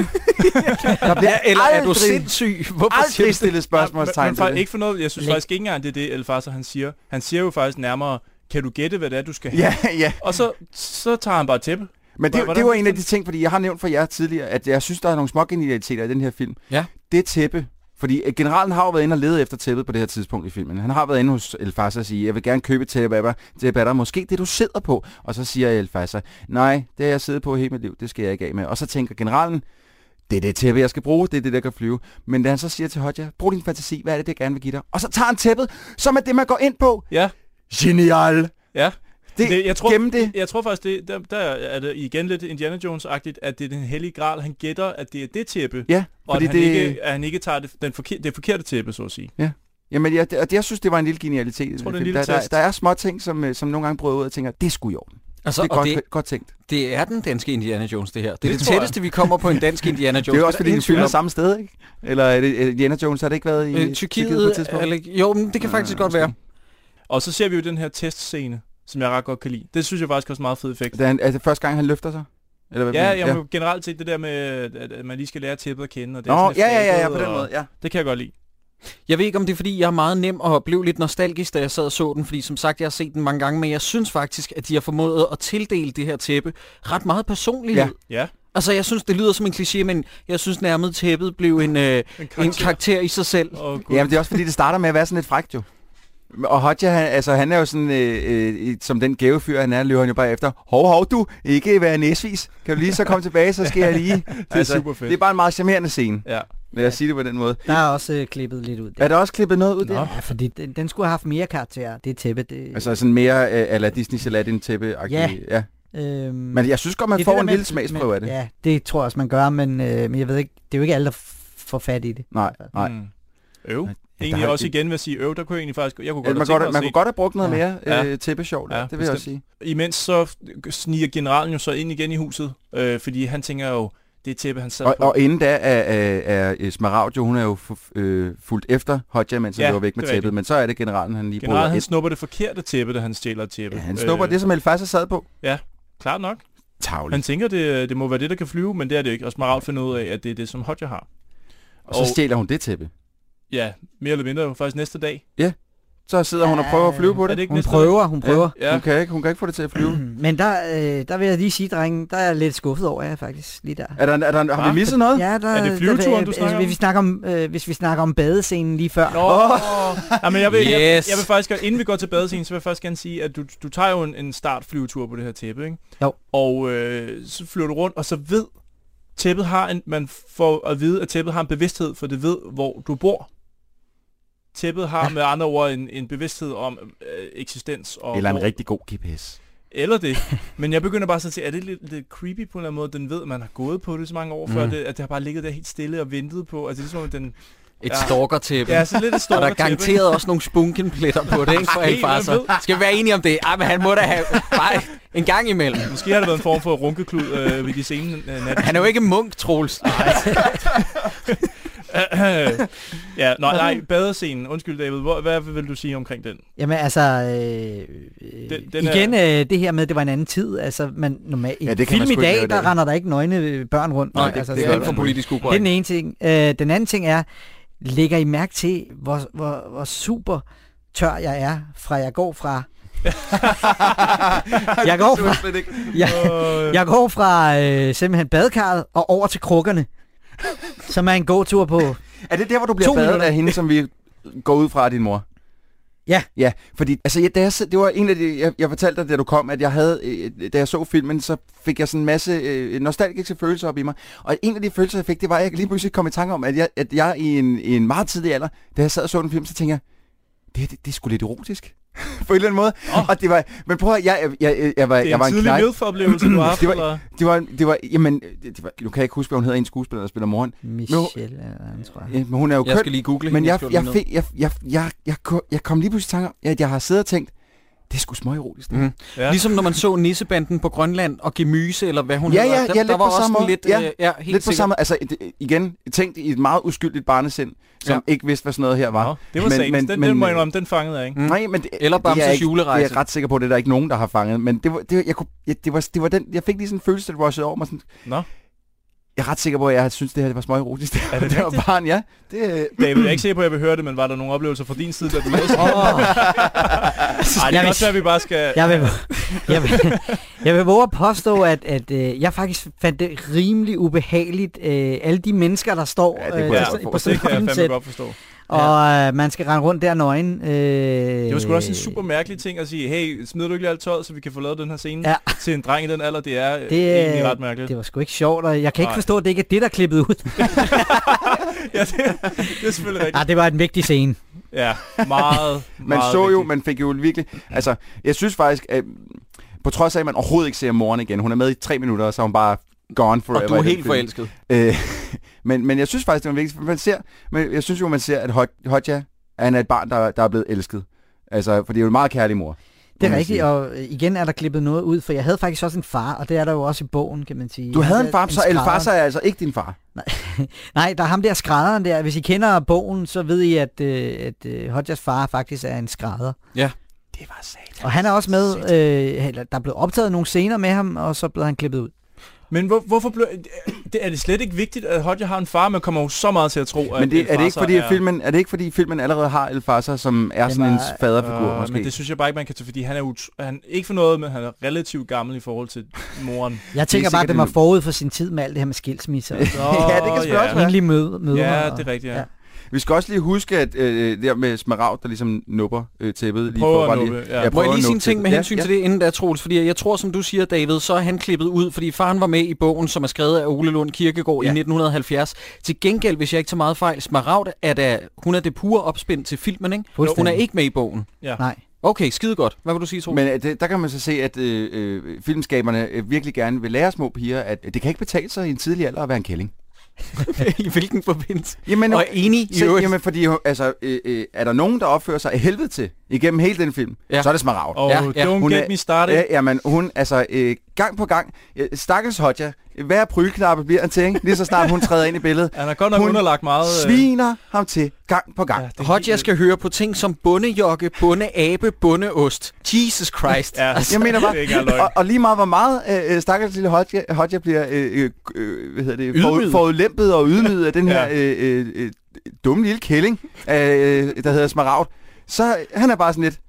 Eller er du sindssyg? Hvorfor aldrig stillet spørgsmålstegn til det? Ikke for noget, jeg synes faktisk ikke engang, det er det, El-Fasser han siger. Han siger jo faktisk nærmere, kan du gætte, hvad det er, du skal have? Ja. Og så tager han bare tæppe. Men det var en af de ting, fordi jeg har nævnt for jer tidligere, at jeg synes, der er nogle små genialiteter i den her film. Ja. Det tæppe. Fordi generalen har jo været inde og lede efter tæppet på det her tidspunkt i filmen. Han har været inde hos El-Fasser og sige, jeg vil gerne købe et tæppe af dig. Måske det, du sidder på. Og så siger El-Fasser, nej, det har jeg siddet på hele mit liv. Det skal jeg ikke af med. Og så tænker generalen, det er det tæppe, jeg skal bruge. Det er det, der kan flyve. Men da han så siger til Hodja, brug din fantasi. Hvad er det, jeg gerne vil give dig? Og så tager han tæppet, som er det, man går ind på. Ja. Genial. Ja. Jeg tror faktisk, der er det igen lidt Indiana Jones-agtigt, at det er den hellige gral. Han gætter, at det er det tæppe, og at han ikke tager det forkerte tæppe, så at sige. Ja. Jamen, jeg synes, det var en lille genialitet. Der er små ting, som nogle gange bryder ud og tænker, det er sgu i orden. Altså, det er godt tænkt. Det er den danske Indiana Jones, det her. Det er det tætteste, vi kommer på en dansk Indiana Jones. Det er jo også, fordi de filmer samme sted, ikke? Eller er det, Indiana Jones har det ikke været i Tyrkiet på et tidspunkt? Jo, men det kan faktisk godt være. Og så ser vi jo den her testscene, som jeg ret godt kan lide. Det synes jeg faktisk også er meget fed effekt. Er det første gang, han løfter sig? Eller hvad Ja, generelt set det der med, at man lige skal lære tæppet at kende. Og det ja, på den måde, ja. Det kan jeg godt lide. Jeg ved ikke, om det er, fordi jeg er meget nem og blev lidt nostalgisk, da jeg sad og så den, fordi som sagt, jeg har set den mange gange, men jeg synes faktisk, at de har formået at tildele det her tæppe ret meget personlighed. Ja. Altså, jeg synes, det lyder som en kliché, men jeg synes nærmest tæppet blev en karakter i sig selv. Ja, men det er også fordi, det starter med at være sådan lidt frækt jo. Og Hodja, han er jo sådan, som den gavefyr, han er, løber han jo bare efter. Hov, du, ikke være næsvis. Kan du lige så komme tilbage, så skal jeg lige. Det er super fedt. Det er bare en meget charmerende scene. Ja. Lad os sige det på den måde. Der er også klippet lidt ud. Er der også klippet noget ud der? Ja, fordi den skulle have haft mere karakter, det tæppe. Altså sådan mere ala Disney's Aladdin-tæppe-agtigt. Ja. Men jeg synes godt, man får en lille smagsprøve af det. Ja, det tror jeg også, man gør, men jeg ved ikke, det er jo ikke alle, der får fat i det. Nej. Egentlig også igen vil jeg sige, der kunne jeg egentlig faktisk... Man kunne godt have brugt noget mere tæppe-sjovt, det vil jeg også sige. Imens så sniger generalen jo så ind igen i huset, fordi han tænker jo, det tæppe, han sad på. Og inden da er Smaragd hun er jo fulgt efter Hodja, mens han var væk med tæppet, men så er det generalen, han lige bruger. Generalen, han snupper det forkerte tæppe, da han stjæler tæppet. Ja, han snupper det, som Elfasa sad på. Ja, klart nok. Tavligt. Han tænker, det må være det, der kan flyve, men det er det ikke. Og Smaragd finder ud af, at det er det, som Hodja har. Og så stjæler hun det tæppe. Ja, mere eller mindre faktisk næste dag. Ja, så sidder hun og prøver at flyve på det. Hun prøver. Ja. Hun kan ikke få det til at flyve. Men der vil jeg lige sige, drenge, der er jeg lidt skuffet over jer faktisk, lige der. Har vi misset noget? Ja, er det flyveturen, du snakker om? Hvis vi snakker om badescenen lige før. Ja, men jeg vil faktisk godt, inden vi går til badescenen, så vil jeg faktisk gerne sige, at du tager jo en startflyvetur på det her tæppe, ikke? Jo. Og så flyver du rundt, og så ved tæppet man får at vide, at tæppet har en bevidsthed, for det ved, hvor du bor. Tæppet har med andre ord en bevidsthed om eksistens. Eller en rigtig god GPS. Eller det. Men jeg begynder bare sådan at sige, er det lidt creepy på en eller anden måde, den ved, at man har gået på det så mange år før, at det har bare ligget der helt stille og ventet på. Altså det er som om den... Et stalker-tæppe. Ja, så lidt et stalker-tæppe. Og der er garanteret også nogle spunkenpletter på det, ikke? For Elfasa. Skal vi være enige om det? Men han må da have bare en gang imellem. Måske har det været en form for runkeklud ved de sene nat. Han er jo ikke munk, Troels. Nej, badescenen. Undskyld, David. Hvad vil du sige omkring den? Jamen altså, det her med, det var en anden tid. Altså, man normalt i film i dag, der render der ikke nøgne børn rundt. Nej, det er alt for politisk ukorrekt. Det er den ene ting. Den anden ting er, lægger I mærke til, hvor super tør jeg er, fra jeg går fra... jeg går fra simpelthen badekarret og over til krukkerne, som er en gåtur på. Er det der, hvor du bliver badet af hende, som vi går ud fra din mor? Ja. Ja, fordi altså, det var en af de, jeg fortalte dig, da du kom, at jeg havde, da jeg så filmen, så fik jeg sådan en masse nostalgiske følelser op i mig. Og en af de følelser, jeg fik, det var, at jeg lige pludselig kom i tanke om, at jeg i en meget tidlig alder, da jeg sad og så den film, så tænkte jeg, det er sgu lidt erotisk. På en eller anden måde. Og det var, men prøv at jeg var en tidlig mødeoplevelse, du har haft, det var, jamen, nu kan jeg ikke huske, hvad hun hedder, en skuespiller, der spiller moren. Michelle, tror jeg. Ja, men hun er jo køn. Jeg skal lige google hende. Men jeg kom lige pludselig i tanke om, at jeg har siddet og tænkt, det er sgu småerotisk. Mm-hmm. Ja. Ligesom når man så Nissebanden på Grønland og Gemyse, eller hvad hun hedder. Ja, der var også sådan lidt... helt lidt på samme. Altså, igen, tænkt i et meget uskyldigt barnesind, som ikke vidste, hvad sådan noget her var. Ja, det var sagen. Den må jeg indrømme, den fangede jeg ikke. Nej, men eller Bamses julerejse. Det er jeg ret sikker på, det er der ikke nogen, der har fanget. Men det var den... Jeg fik lige sådan en følelse, der rushede over mig sådan... Nå. Jeg er ret sikker på, at jeg synes, det her det var småerotisk. Er det var barn, ja. David, jeg er ikke sikker på, at jeg vil høre det, men var der nogle oplevelser fra din side, da du læste? Nej, det er også, at vi bare skal... Jeg vil våge at påstå, at jeg faktisk fandt det rimelig ubehageligt. Alle de mennesker, der står på sådan en filmsæt. Og man skal rende rundt der nøgen. Det var sgu også en super mærkelig ting at sige, hey, smider du ikke lige alt tøjet, så vi kan få lavet den her scene til en dreng i den alder? Det er egentlig ret mærkeligt. Det var sgu ikke sjovt, og jeg kan ikke forstå, at det ikke er det, der er klippet ud. Ja, det er selvfølgelig rigtigt. Det var en vigtig scene. Ja, meget man fik jo virkelig... Altså, jeg synes faktisk, at på trods af, at man overhovedet ikke ser moren igen, hun er med i 3 minutter, og så er hun bare gone forever. Og du er helt forelsket. Men jeg synes faktisk, det var vigtigt. Jeg synes jo, man ser, at Hodja er et barn, der er blevet elsket. Altså, for det er jo en meget kærlig mor. Det er rigtigt, og igen er der klippet noget ud, for jeg havde faktisk også en far, og det er der jo også i bogen, kan man sige. Du havde en far, så Elfasa er altså ikke din far? Nej, der er ham der skrædderen der. Hvis I kender bogen, så ved I, at Hodjas far faktisk er en skrædder. Ja. Det var satans. Og han er også med, der er blevet optaget nogle scener med ham, og så blev han klippet ud. Men hvorfor er det slet ikke vigtigt, at Hodja har en far? Man kommer jo så meget til at tro, at men er det ikke fordi filmen allerede har El Farsa, som er sådan en faderfigur måske? Men det synes jeg bare ikke, man kan tage, fordi han er ikke for noget, men han er relativt gammel i forhold til moren. Jeg tænker bare, at det var forud for sin tid med alt det her med skilsmisser. Ja, det kan selvfølgelig også være. Lige møder. Ja, det er rigtigt, ja. Vi skal også lige huske, at der med Smaragd, der ligesom nupper tæppet. Må jeg lige sige en ting med hensyn til det, inden der, Troels? Fordi jeg tror, som du siger, David, så er han klippet ud, fordi faren var med i bogen, som er skrevet af Ole Lund Kirkegaard i 1970. Til gengæld, hvis jeg ikke tager meget fejl, Smaragd hun er det pure opspind til filmen, ikke? Hun er ikke med i bogen. Ja. Nej. Okay, skide godt. Hvad vil du sige, Troels? Men der kan man så se, at filmskaberne virkelig gerne vil lære små piger, at det kan ikke betale sig i en tidlig alder at være en kælling. I hvilken forbindelse? Jamen, og enig i øvrigt. Jamen, fordi er der nogen, der opfører sig af helvede til igennem hele den film, så er det Smaragd. Don't get me started. Jamen, hun, gang på gang, stakkels Hodja, hver prylknappe bliver en ting, lige så snart hun træder ind i billedet. Han har godt nok underlagt meget. Sviner ham til gang på gang. Ja, Hodja skal høre på ting som bundejokke, bundeabe, bundeost. Jesus Christ. Ja, jeg mener bare, og lige meget hvor meget stakkels lille Hodja bliver forudlæmpet og ydmyget af den her dumme lille kælling, der hedder Smaragd. Så han er bare sådan lidt...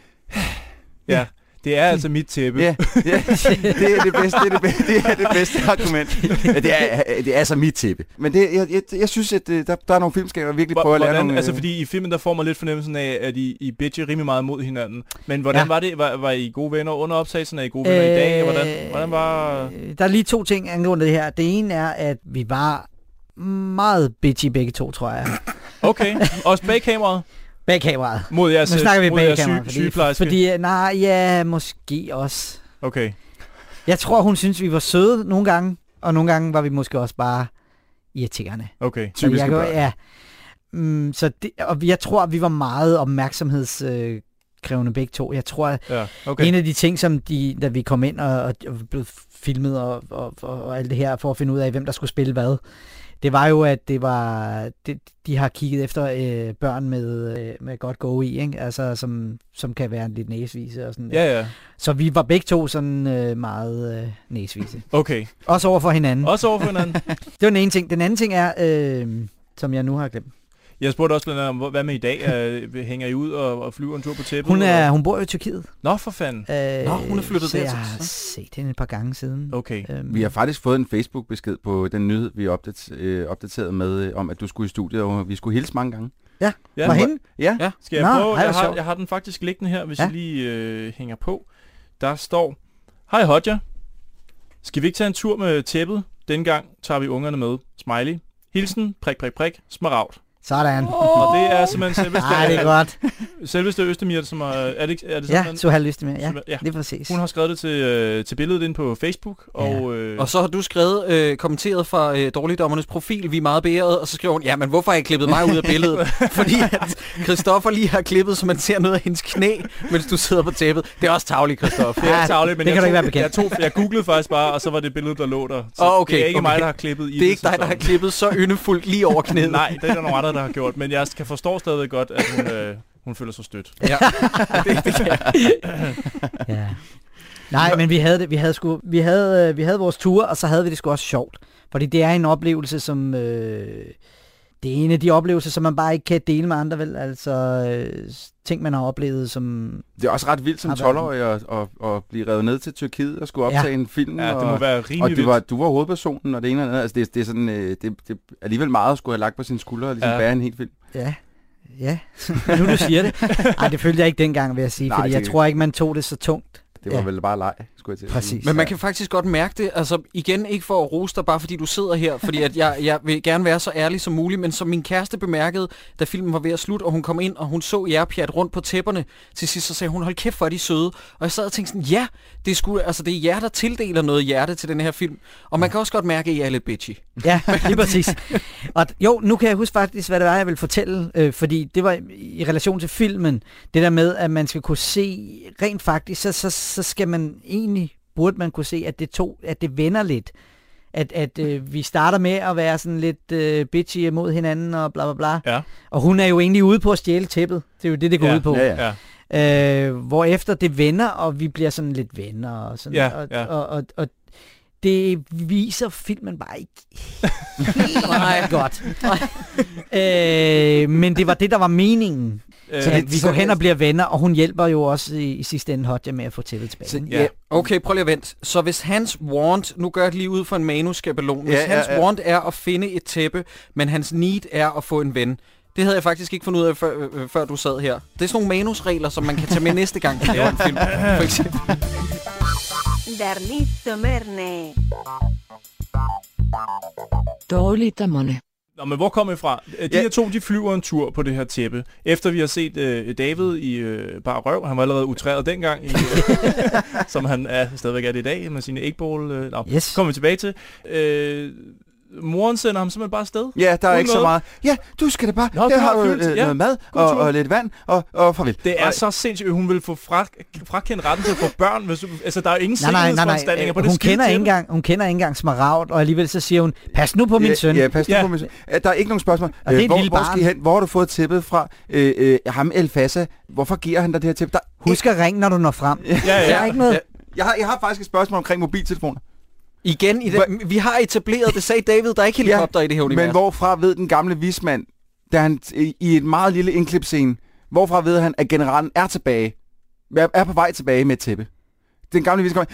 Ja, det er altså mit tæppe. Ja, det er det bedste, det er det bedste argument. Det er altså mit tæppe. Men jeg synes, at der er nogle filmskaber, der virkelig prøver at lære nogle... Altså, fordi i filmen, der får man lidt fornemmelsen af, at I bitcher rimelig meget mod hinanden. Men hvordan var det? Var I gode venner under optagelsen? Er I gode venner i dag? Hvordan var... Der er lige to ting angående det her. Det ene er, at vi var meget bitchy begge to, tror jeg. Okay, også bag kameraet? Bag kameraet. Mod jeres, nu snakker vi bag kameraet, sygeplejerske? Ja, måske også. Okay. Jeg tror, hun synes, vi var søde nogle gange, og nogle gange var vi måske også bare irriterende. Okay. Typiske børn. Ja. Og jeg tror, vi var meget opmærksomhedskrævende begge to. Jeg tror, en af de ting, som da vi kom ind og blev filmet og alt det her, for at finde ud af, hvem der skulle spille hvad, det var jo, at de har kigget efter børn med godt go i, ikke? Altså, som kan være lidt næsvise og sådan. Ja. Så vi var begge to sådan meget næsvise. Okay. Også over for hinanden. Det var den ene ting. Den anden ting er, som jeg nu har glemt. Jeg spurgte også blandt andet om, hvad med i dag? Hænger I ud og flyver en tur på tæppet? Hun bor jo i Tyrkiet. Nå, for fanden. Hun er flyttet der. Jeg har set hende et par gange siden. Okay. Vi har faktisk fået en Facebook-besked på den nyhed, vi opdateret med, om at du skulle i studiet, og vi skulle hilse mange gange. Ja, var hende? Ja. Skal jeg prøve? Jeg har den faktisk liggende her, hvis jeg lige hænger på. Der står, hej Hodja. Skal vi ikke tage en tur med tæppet? Dengang tager vi ungerne med. Smiley. Hilsen, prik, Smaragd. Sådan. Og det er simpelthen selveste... det er godt. Selveste Østemir, som er det sådan? Ja, Suhal Østemir, ja. Det er præcis. Hun har skrevet det til billedet ind på Facebook. Og så har du skrevet, kommenteret fra Dårligdommernes profil, vi er meget beæret, og så skriver hun, men hvorfor har jeg klippet mig ud af billedet? Fordi at Christoffer lige har klippet, så man ser noget af hendes knæ, mens du sidder på tæppet. Det er også tarveligt, Christoffer. Det er tarveligt, men det kan du ikke være bekendt. Jeg googlede faktisk bare, og så var det billedet, der lå der. Så okay, det er ikke mig, der har klippet i det. Det er ikke dig, der har klippet så yndefuldt lige over knæet. Nej, det er der nogle andre, der har gjort, men jeg kan forstå stadig godt, at hun føler sig stødt. Ja. det kan ja. Nej, men vi havde vores tur, og så havde vi det sgu også sjovt. Fordi det er en oplevelse, som... det er en af de oplevelser, som man bare ikke kan dele med andre, vel? Altså, ting, man har oplevet, som... Det er også ret vildt som 12-årig at blive revet ned til Tyrkiet og skulle optage en film. Ja, det må være rimelig vildt. Og du var hovedpersonen, og det ene eller andet. Altså, det er sådan... det er alligevel meget at skulle have lagt på sine skuldre og ligesom bære en hel film. Ja. Nu du siger det. Ej, det følte jeg ikke dengang, vil jeg sige, fordi jeg tror ikke, man tog det så tungt. Det var vel bare leg, skulle jeg til. Præcis. Men man kan faktisk godt mærke det, altså igen ikke for at rose dig, bare fordi du sidder her, fordi at jeg vil gerne være så ærlig som muligt, men som min kæreste bemærkede, da filmen var ved at slutte, og hun kom ind, og hun så jer pjat rundt på tæpperne, til sidst så sagde hun, hold kæft, hvor er de søde. Og jeg sad og tænkte sådan, det er jer, der tildeler noget hjerte til den her film, og man kan også godt mærke, at I er lidt bitchy. Ja, lige præcis. Og jo, nu kan jeg huske faktisk, hvad det var, jeg ville fortælle, fordi det var i relation til filmen, det der med, at man skal kunne se, rent faktisk, så skal man burde man kunne se, at det vender lidt. At vi starter med at være sådan lidt bitchy mod hinanden og bla bla bla. Ja. Og hun er jo egentlig ude på at stjæle tæppet. Det er jo det går ud på. Ja. Hvorefter det vender, og vi bliver sådan lidt venner. Og, sådan, og det viser filmen bare ikke helt godt. Men det var det, der var meningen. Så vi går hen og bliver venner, og hun hjælper jo også i sidste ende Hodja med at få tæppet tilbage. Så, okay, prøv lige at vente. Så hvis hans want, nu gør jeg lige ud for en manusskabelon, hvis hans want er at finde et tæppe, men hans need er at få en ven. Det havde jeg faktisk ikke fundet ud af, før du sad her. Det er sådan nogle manusregler, som man kan tage med næste gang, man laver en film, for eksempel. Dårligdommerne. Nå, men hvor kommer I fra? De her to, de flyver en tur på det her tæppe. Efter vi har set David i Bar Røv, han var allerede utræret dengang, som han stadigvæk er det i dag, med sine 8-ball. Kommer vi tilbage til. Moren sender ham simpelthen bare afsted. Ja, der er ikke så meget. Ja, du skal det bare. Her har du noget mad og lidt vand og farvel. Det er så sindssygt. Hun vil få frakendt retten til at få børn. Hvis du, altså, der er jo ingen sikkerhedsforanstaltninger på det skide. Hun kender ikke engang Smaragd, og alligevel så siger hun, pas nu på min søn. Ja, pas nu på min søn. Der er ikke nogen spørgsmål. Hvor skal I hen? Hvor har du fået tæppet fra? Ham El-Fassa. Hvorfor giver han dig det her tæppe? Husk at ringe, når du når frem. Der er ikke noget. Jeg har faktisk et spørgsmål omkring mobiltelefoner. Igen, vi har etableret, det sagde David, der er ikke helikopter i det her univers. Men hvorfra ved den gamle vismand, da han i et meget lille indklipscene, hvorfra ved han, at generalen er tilbage, er på vej tilbage med et tæppe? Den gamle vismand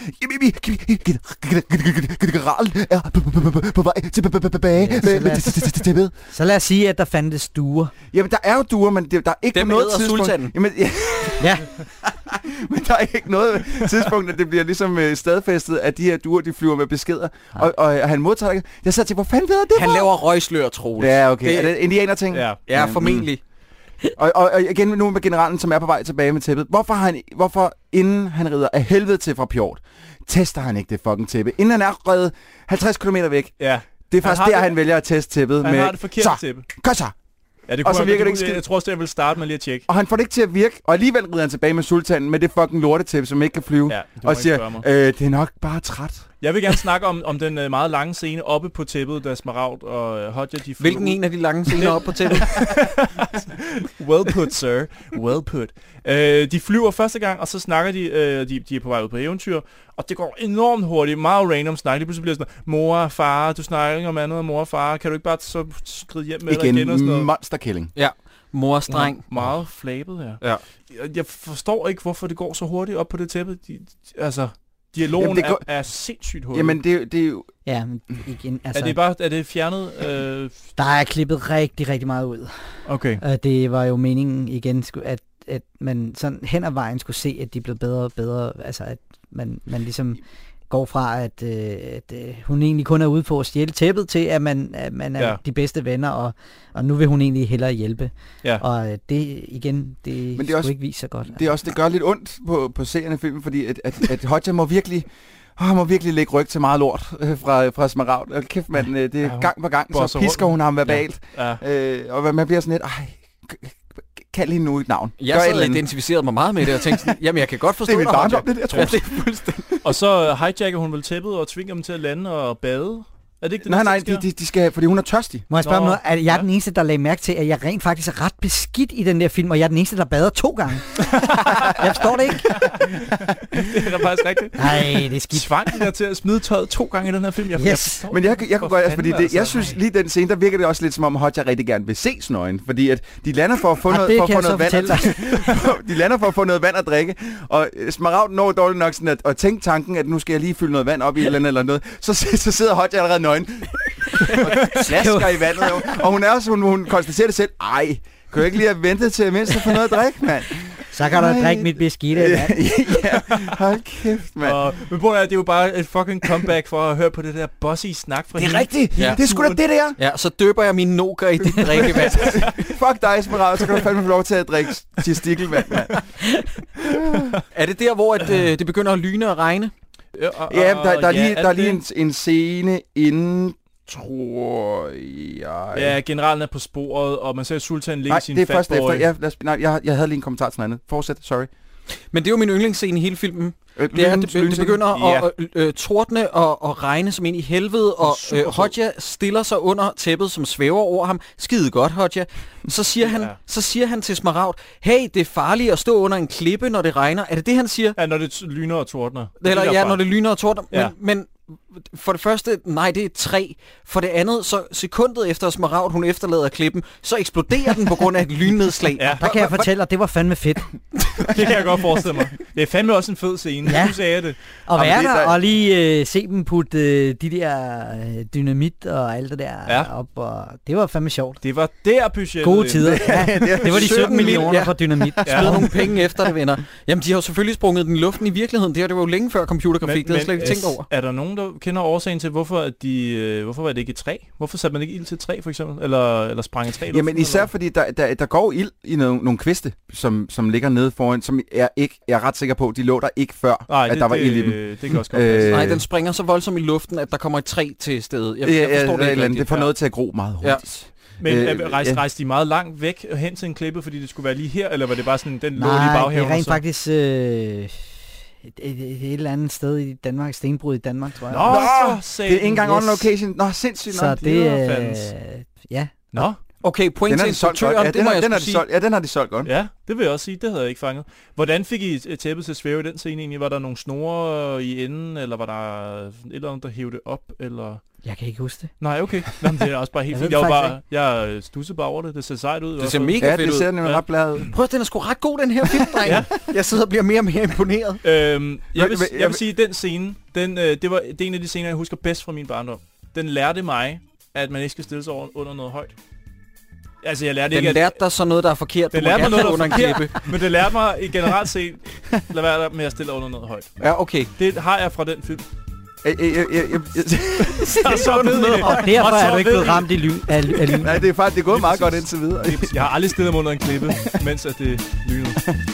generalen er på vej tilbage med tæppet. Så lad os sige, at der fandtes duer. Jamen, der er jo duer, men der er ikke noget tidspunkt. Jamen, ja. Men der er ikke noget tidspunkt, at det bliver ligesom stadfæstet, at de her duer, de flyver med beskeder. Og han modtager ikke. Jeg sad til, hvor fanden ved jeg det Han laver røgslør, Troels. Ja, okay. Er det indianer-ting? Ja, formentlig. Og igen nu med generalen, som er på vej tilbage med tæppet. Hvorfor inden han rider af helvede til fra Pjort, tester han ikke det fucking tæppe? Inden han er reddet 50 km væk. Ja. Det er faktisk han vælger at teste tæppet. Han har det forkerte tæppe. Kom så! Ja, det kunne og så virker det ikke skidt. Jeg tror også, jeg vil starte med lige at tjekke. Og han får det ikke til at virke, og alligevel rider han tilbage med sultanen med det fucking lortetæppe, som ikke kan flyve. Ja, og siger, det er nok bare træt. Jeg vil gerne snakke om den meget lange scene oppe på tæppet, da Smaragd og Hodja, de flyver. Hvilken en af de lange scener oppe på tæppet? Well put, sir. Well put. De flyver første gang, og så snakker de er på vej ud på eventyr, og det går enormt hurtigt, meget random snak. Lige pludselig bliver sådan, mor og far, du snakker ikke om andet, mor og far, kan du ikke bare så skride hjem med dig igen og sådan noget? Monsterkilling. Ja, mors dreng. Ja, meget flabet her. Ja. Jeg forstår ikke, hvorfor det går så hurtigt op på det tæppe. Dialogen er sindssygt hurtigt. Jamen, det er jo... Ja, men igen, altså... Er det fjernet? Der er klippet rigtig, rigtig meget ud. Okay. Det var jo meningen igen, at man sådan hen ad vejen skulle se, at de blev bedre og bedre. Altså, at man ligesom går fra, at hun egentlig kun er ude på at stjæle tæppet, til at man er de bedste venner, og nu vil hun egentlig hellere hjælpe. Ja. Og det igen, det skulle ikke vise så godt. Det er også, det gør lidt ondt på seerne af filmen, fordi at Hodja må virkelig... Han må virkelig lægge ryg til meget lort fra Smaragd. Og kæft, man, det er gang på gang, så pisker hun ham verbalt. Ja. Og man bliver sådan lidt, kald hende nu et navn. Jeg så identificerede mig meget med det, og tænkte sådan, jamen jeg kan godt forstå det. Det er mit barndom, det der, tror jeg. Det er fuldstændig. Og så hijacker hun vel tæppet og tvinger dem til at lande og bade. Er det ikke det, nej, de skal, fordi hun er tørstig. Må jeg spørge om noget? Jeg er den eneste, der lagde mærke til, at jeg rent faktisk er ret beskidt i den der film, og jeg er den eneste, der bader 2 gange. Jeg forstår det ikke. Det er da faktisk rigtigt. Nej, det er skidt. Tvang de der til at smide tøjet 2 gange i den her film. Men jeg kunne godt, fordi det, jeg synes lige den scene, der virker det også lidt som om Hodja rigtig gerne vil se snøjen, fordi at de lander for at få noget vand. De lander for at få noget vand at drikke, og Smaragd når dårligt nok sådan at tænke tanken, at nu skal jeg lige fylde noget vand op i eller noget. Så sidder Hodja allerede nøgen og slasker i vandet, og hun konstaterer det selv. Ej, kan du ikke lige have ventet til mindst at få noget at drikke, mand? Så kan du drikke mit beskidte, mand. Ja, hold kæft, mand. Men det er jo bare et fucking comeback for at høre på det der bossy snak fra hende. Det er rigtigt. Ja. Det er sgu da det der. Ja, så døber jeg mine noker i dit drikkevand. Fuck dig, Smaragd, så kan du fandme få lov til at drikke testikkelvand, mand. Er det der, hvor det begynder at lyne og regne? Ja, der er lige en scene inden, tror jeg. Ja, generalen er på sporet, og man ser Sultan ligge i sin fatboy. Det er først efter. Jeg havde lige en kommentar til noget andet. Fortsæt, sorry. Men det er jo min yndlingsscene i hele filmen. Det er, at det begynder at tordne og regne som ind i helvede, og Hodja stiller sig under tæppet, som svæver over ham. Skide godt, Hodja. Så siger han til Smaragd, hey, det er farligt at stå under en klippe, når det regner. Er det det, han siger? Ja, når det lyner og tordner. Når det lyner og tordner. Ja. Men for det første, nej, det er 3. For det andet, så sekundet efter Smaragd, hun efterlader klippen, så eksploderer den på grund af et lynnedslag. Ja. Der kan jeg fortælle, at det var fandme fedt. Det kan jeg godt forestille mig. Det er fandme også en fed scene. Ja. Du sagde det. Og være der og lige se dem putte de der dynamit og alt det der op. Og det var fandme sjovt. Det var der budgettet. Gode tider. Ja. Det var de 17 millioner for dynamit. Spiller nogle penge efter det, venner. Jamen, de har jo selvfølgelig sprunget den i luften i virkeligheden. Det var jo længe før computergrafik. Det har jeg slet ikke tænkt over. Er der nogen, der kender årsagen til, hvorfor var det ikke et træ? Hvorfor satte man ikke ild til et træ, for eksempel? Eller sprang et træ? Jamen især fordi der går ild i nogle kviste, som ligger nede foran, som jeg er ret sikker på, de lå der ikke før, at der var ild i dem. Det kan også godt nej, den springer så voldsomt i luften, at der kommer et træ til stedet. Jeg forstår det ikke rigtigt. Det får noget til at gro meget hurtigt. Ja. Men rejste de meget langt væk hen til en klippe, fordi det skulle være lige her, eller var det bare sådan, den lå lige i baghaven? Nej, det er rent faktisk et eller andet sted i Danmark, stenbrud i Danmark, tror jeg. Nå, det er ikke engang on location. Nå, sindssygt. Så det ja. Nå. Okay, point til instruktøren, det må jeg sige. Ja, den har de solgt godt. Ja, det vil jeg også sige. Det havde jeg ikke fanget. Hvordan fik I tæppet til at svæve i den scene egentlig? Var der nogle snore i enden, eller var der et eller andet, der hævde det op, eller... Jeg kan ikke huske det. Nej, okay. Nå, det er også bare helt fint. Jeg stussede bare over det. Det ser sejt ud. Det ser mega fedt ud. Det ser nemlig ret bladet ud. Prøv, den er sgu ret god, den her film, dreng. Ja. Jeg sidder og bliver mere og mere imponeret. Jeg vil sige, den scene, det er en af de scener, jeg husker bedst fra min barndom. Den lærte mig, at man ikke skal stille sig under noget højt. Altså, jeg lærte den lærte dig så noget, der er forkert. Den lærte mig noget, der under en klippe. Men det lærte mig generelt set, lad være med at stille under noget højt. Ja, okay. Det har jeg fra den film. Og derfor er du ikke blevet ramt i lyn. Nej, det er faktisk det er gået meget godt indtil videre. Jeg har aldrig stillet mig under en klippe, mens at det lynede.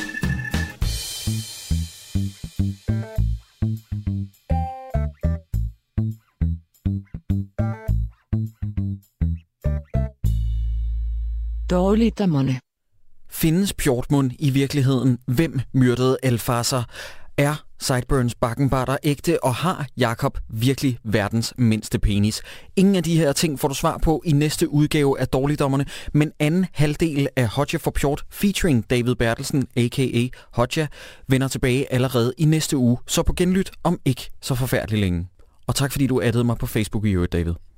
Dårligdommerne. Findes Pjortmund i virkeligheden? Hvem myrdede Elfasar? Er Sideburns bakkenbarter ægte, og har Jakob virkelig verdens mindste penis? Ingen af de her ting får du svar på i næste udgave af Dårligdommerne, men anden halvdel af Hodja for Pjort featuring David Bertelsen, a.k.a. Hodja, vender tilbage allerede i næste uge, så på genlyt om ikke så forfærdeligt længe. Og tak fordi du addede mig på Facebook i øvrigt, David.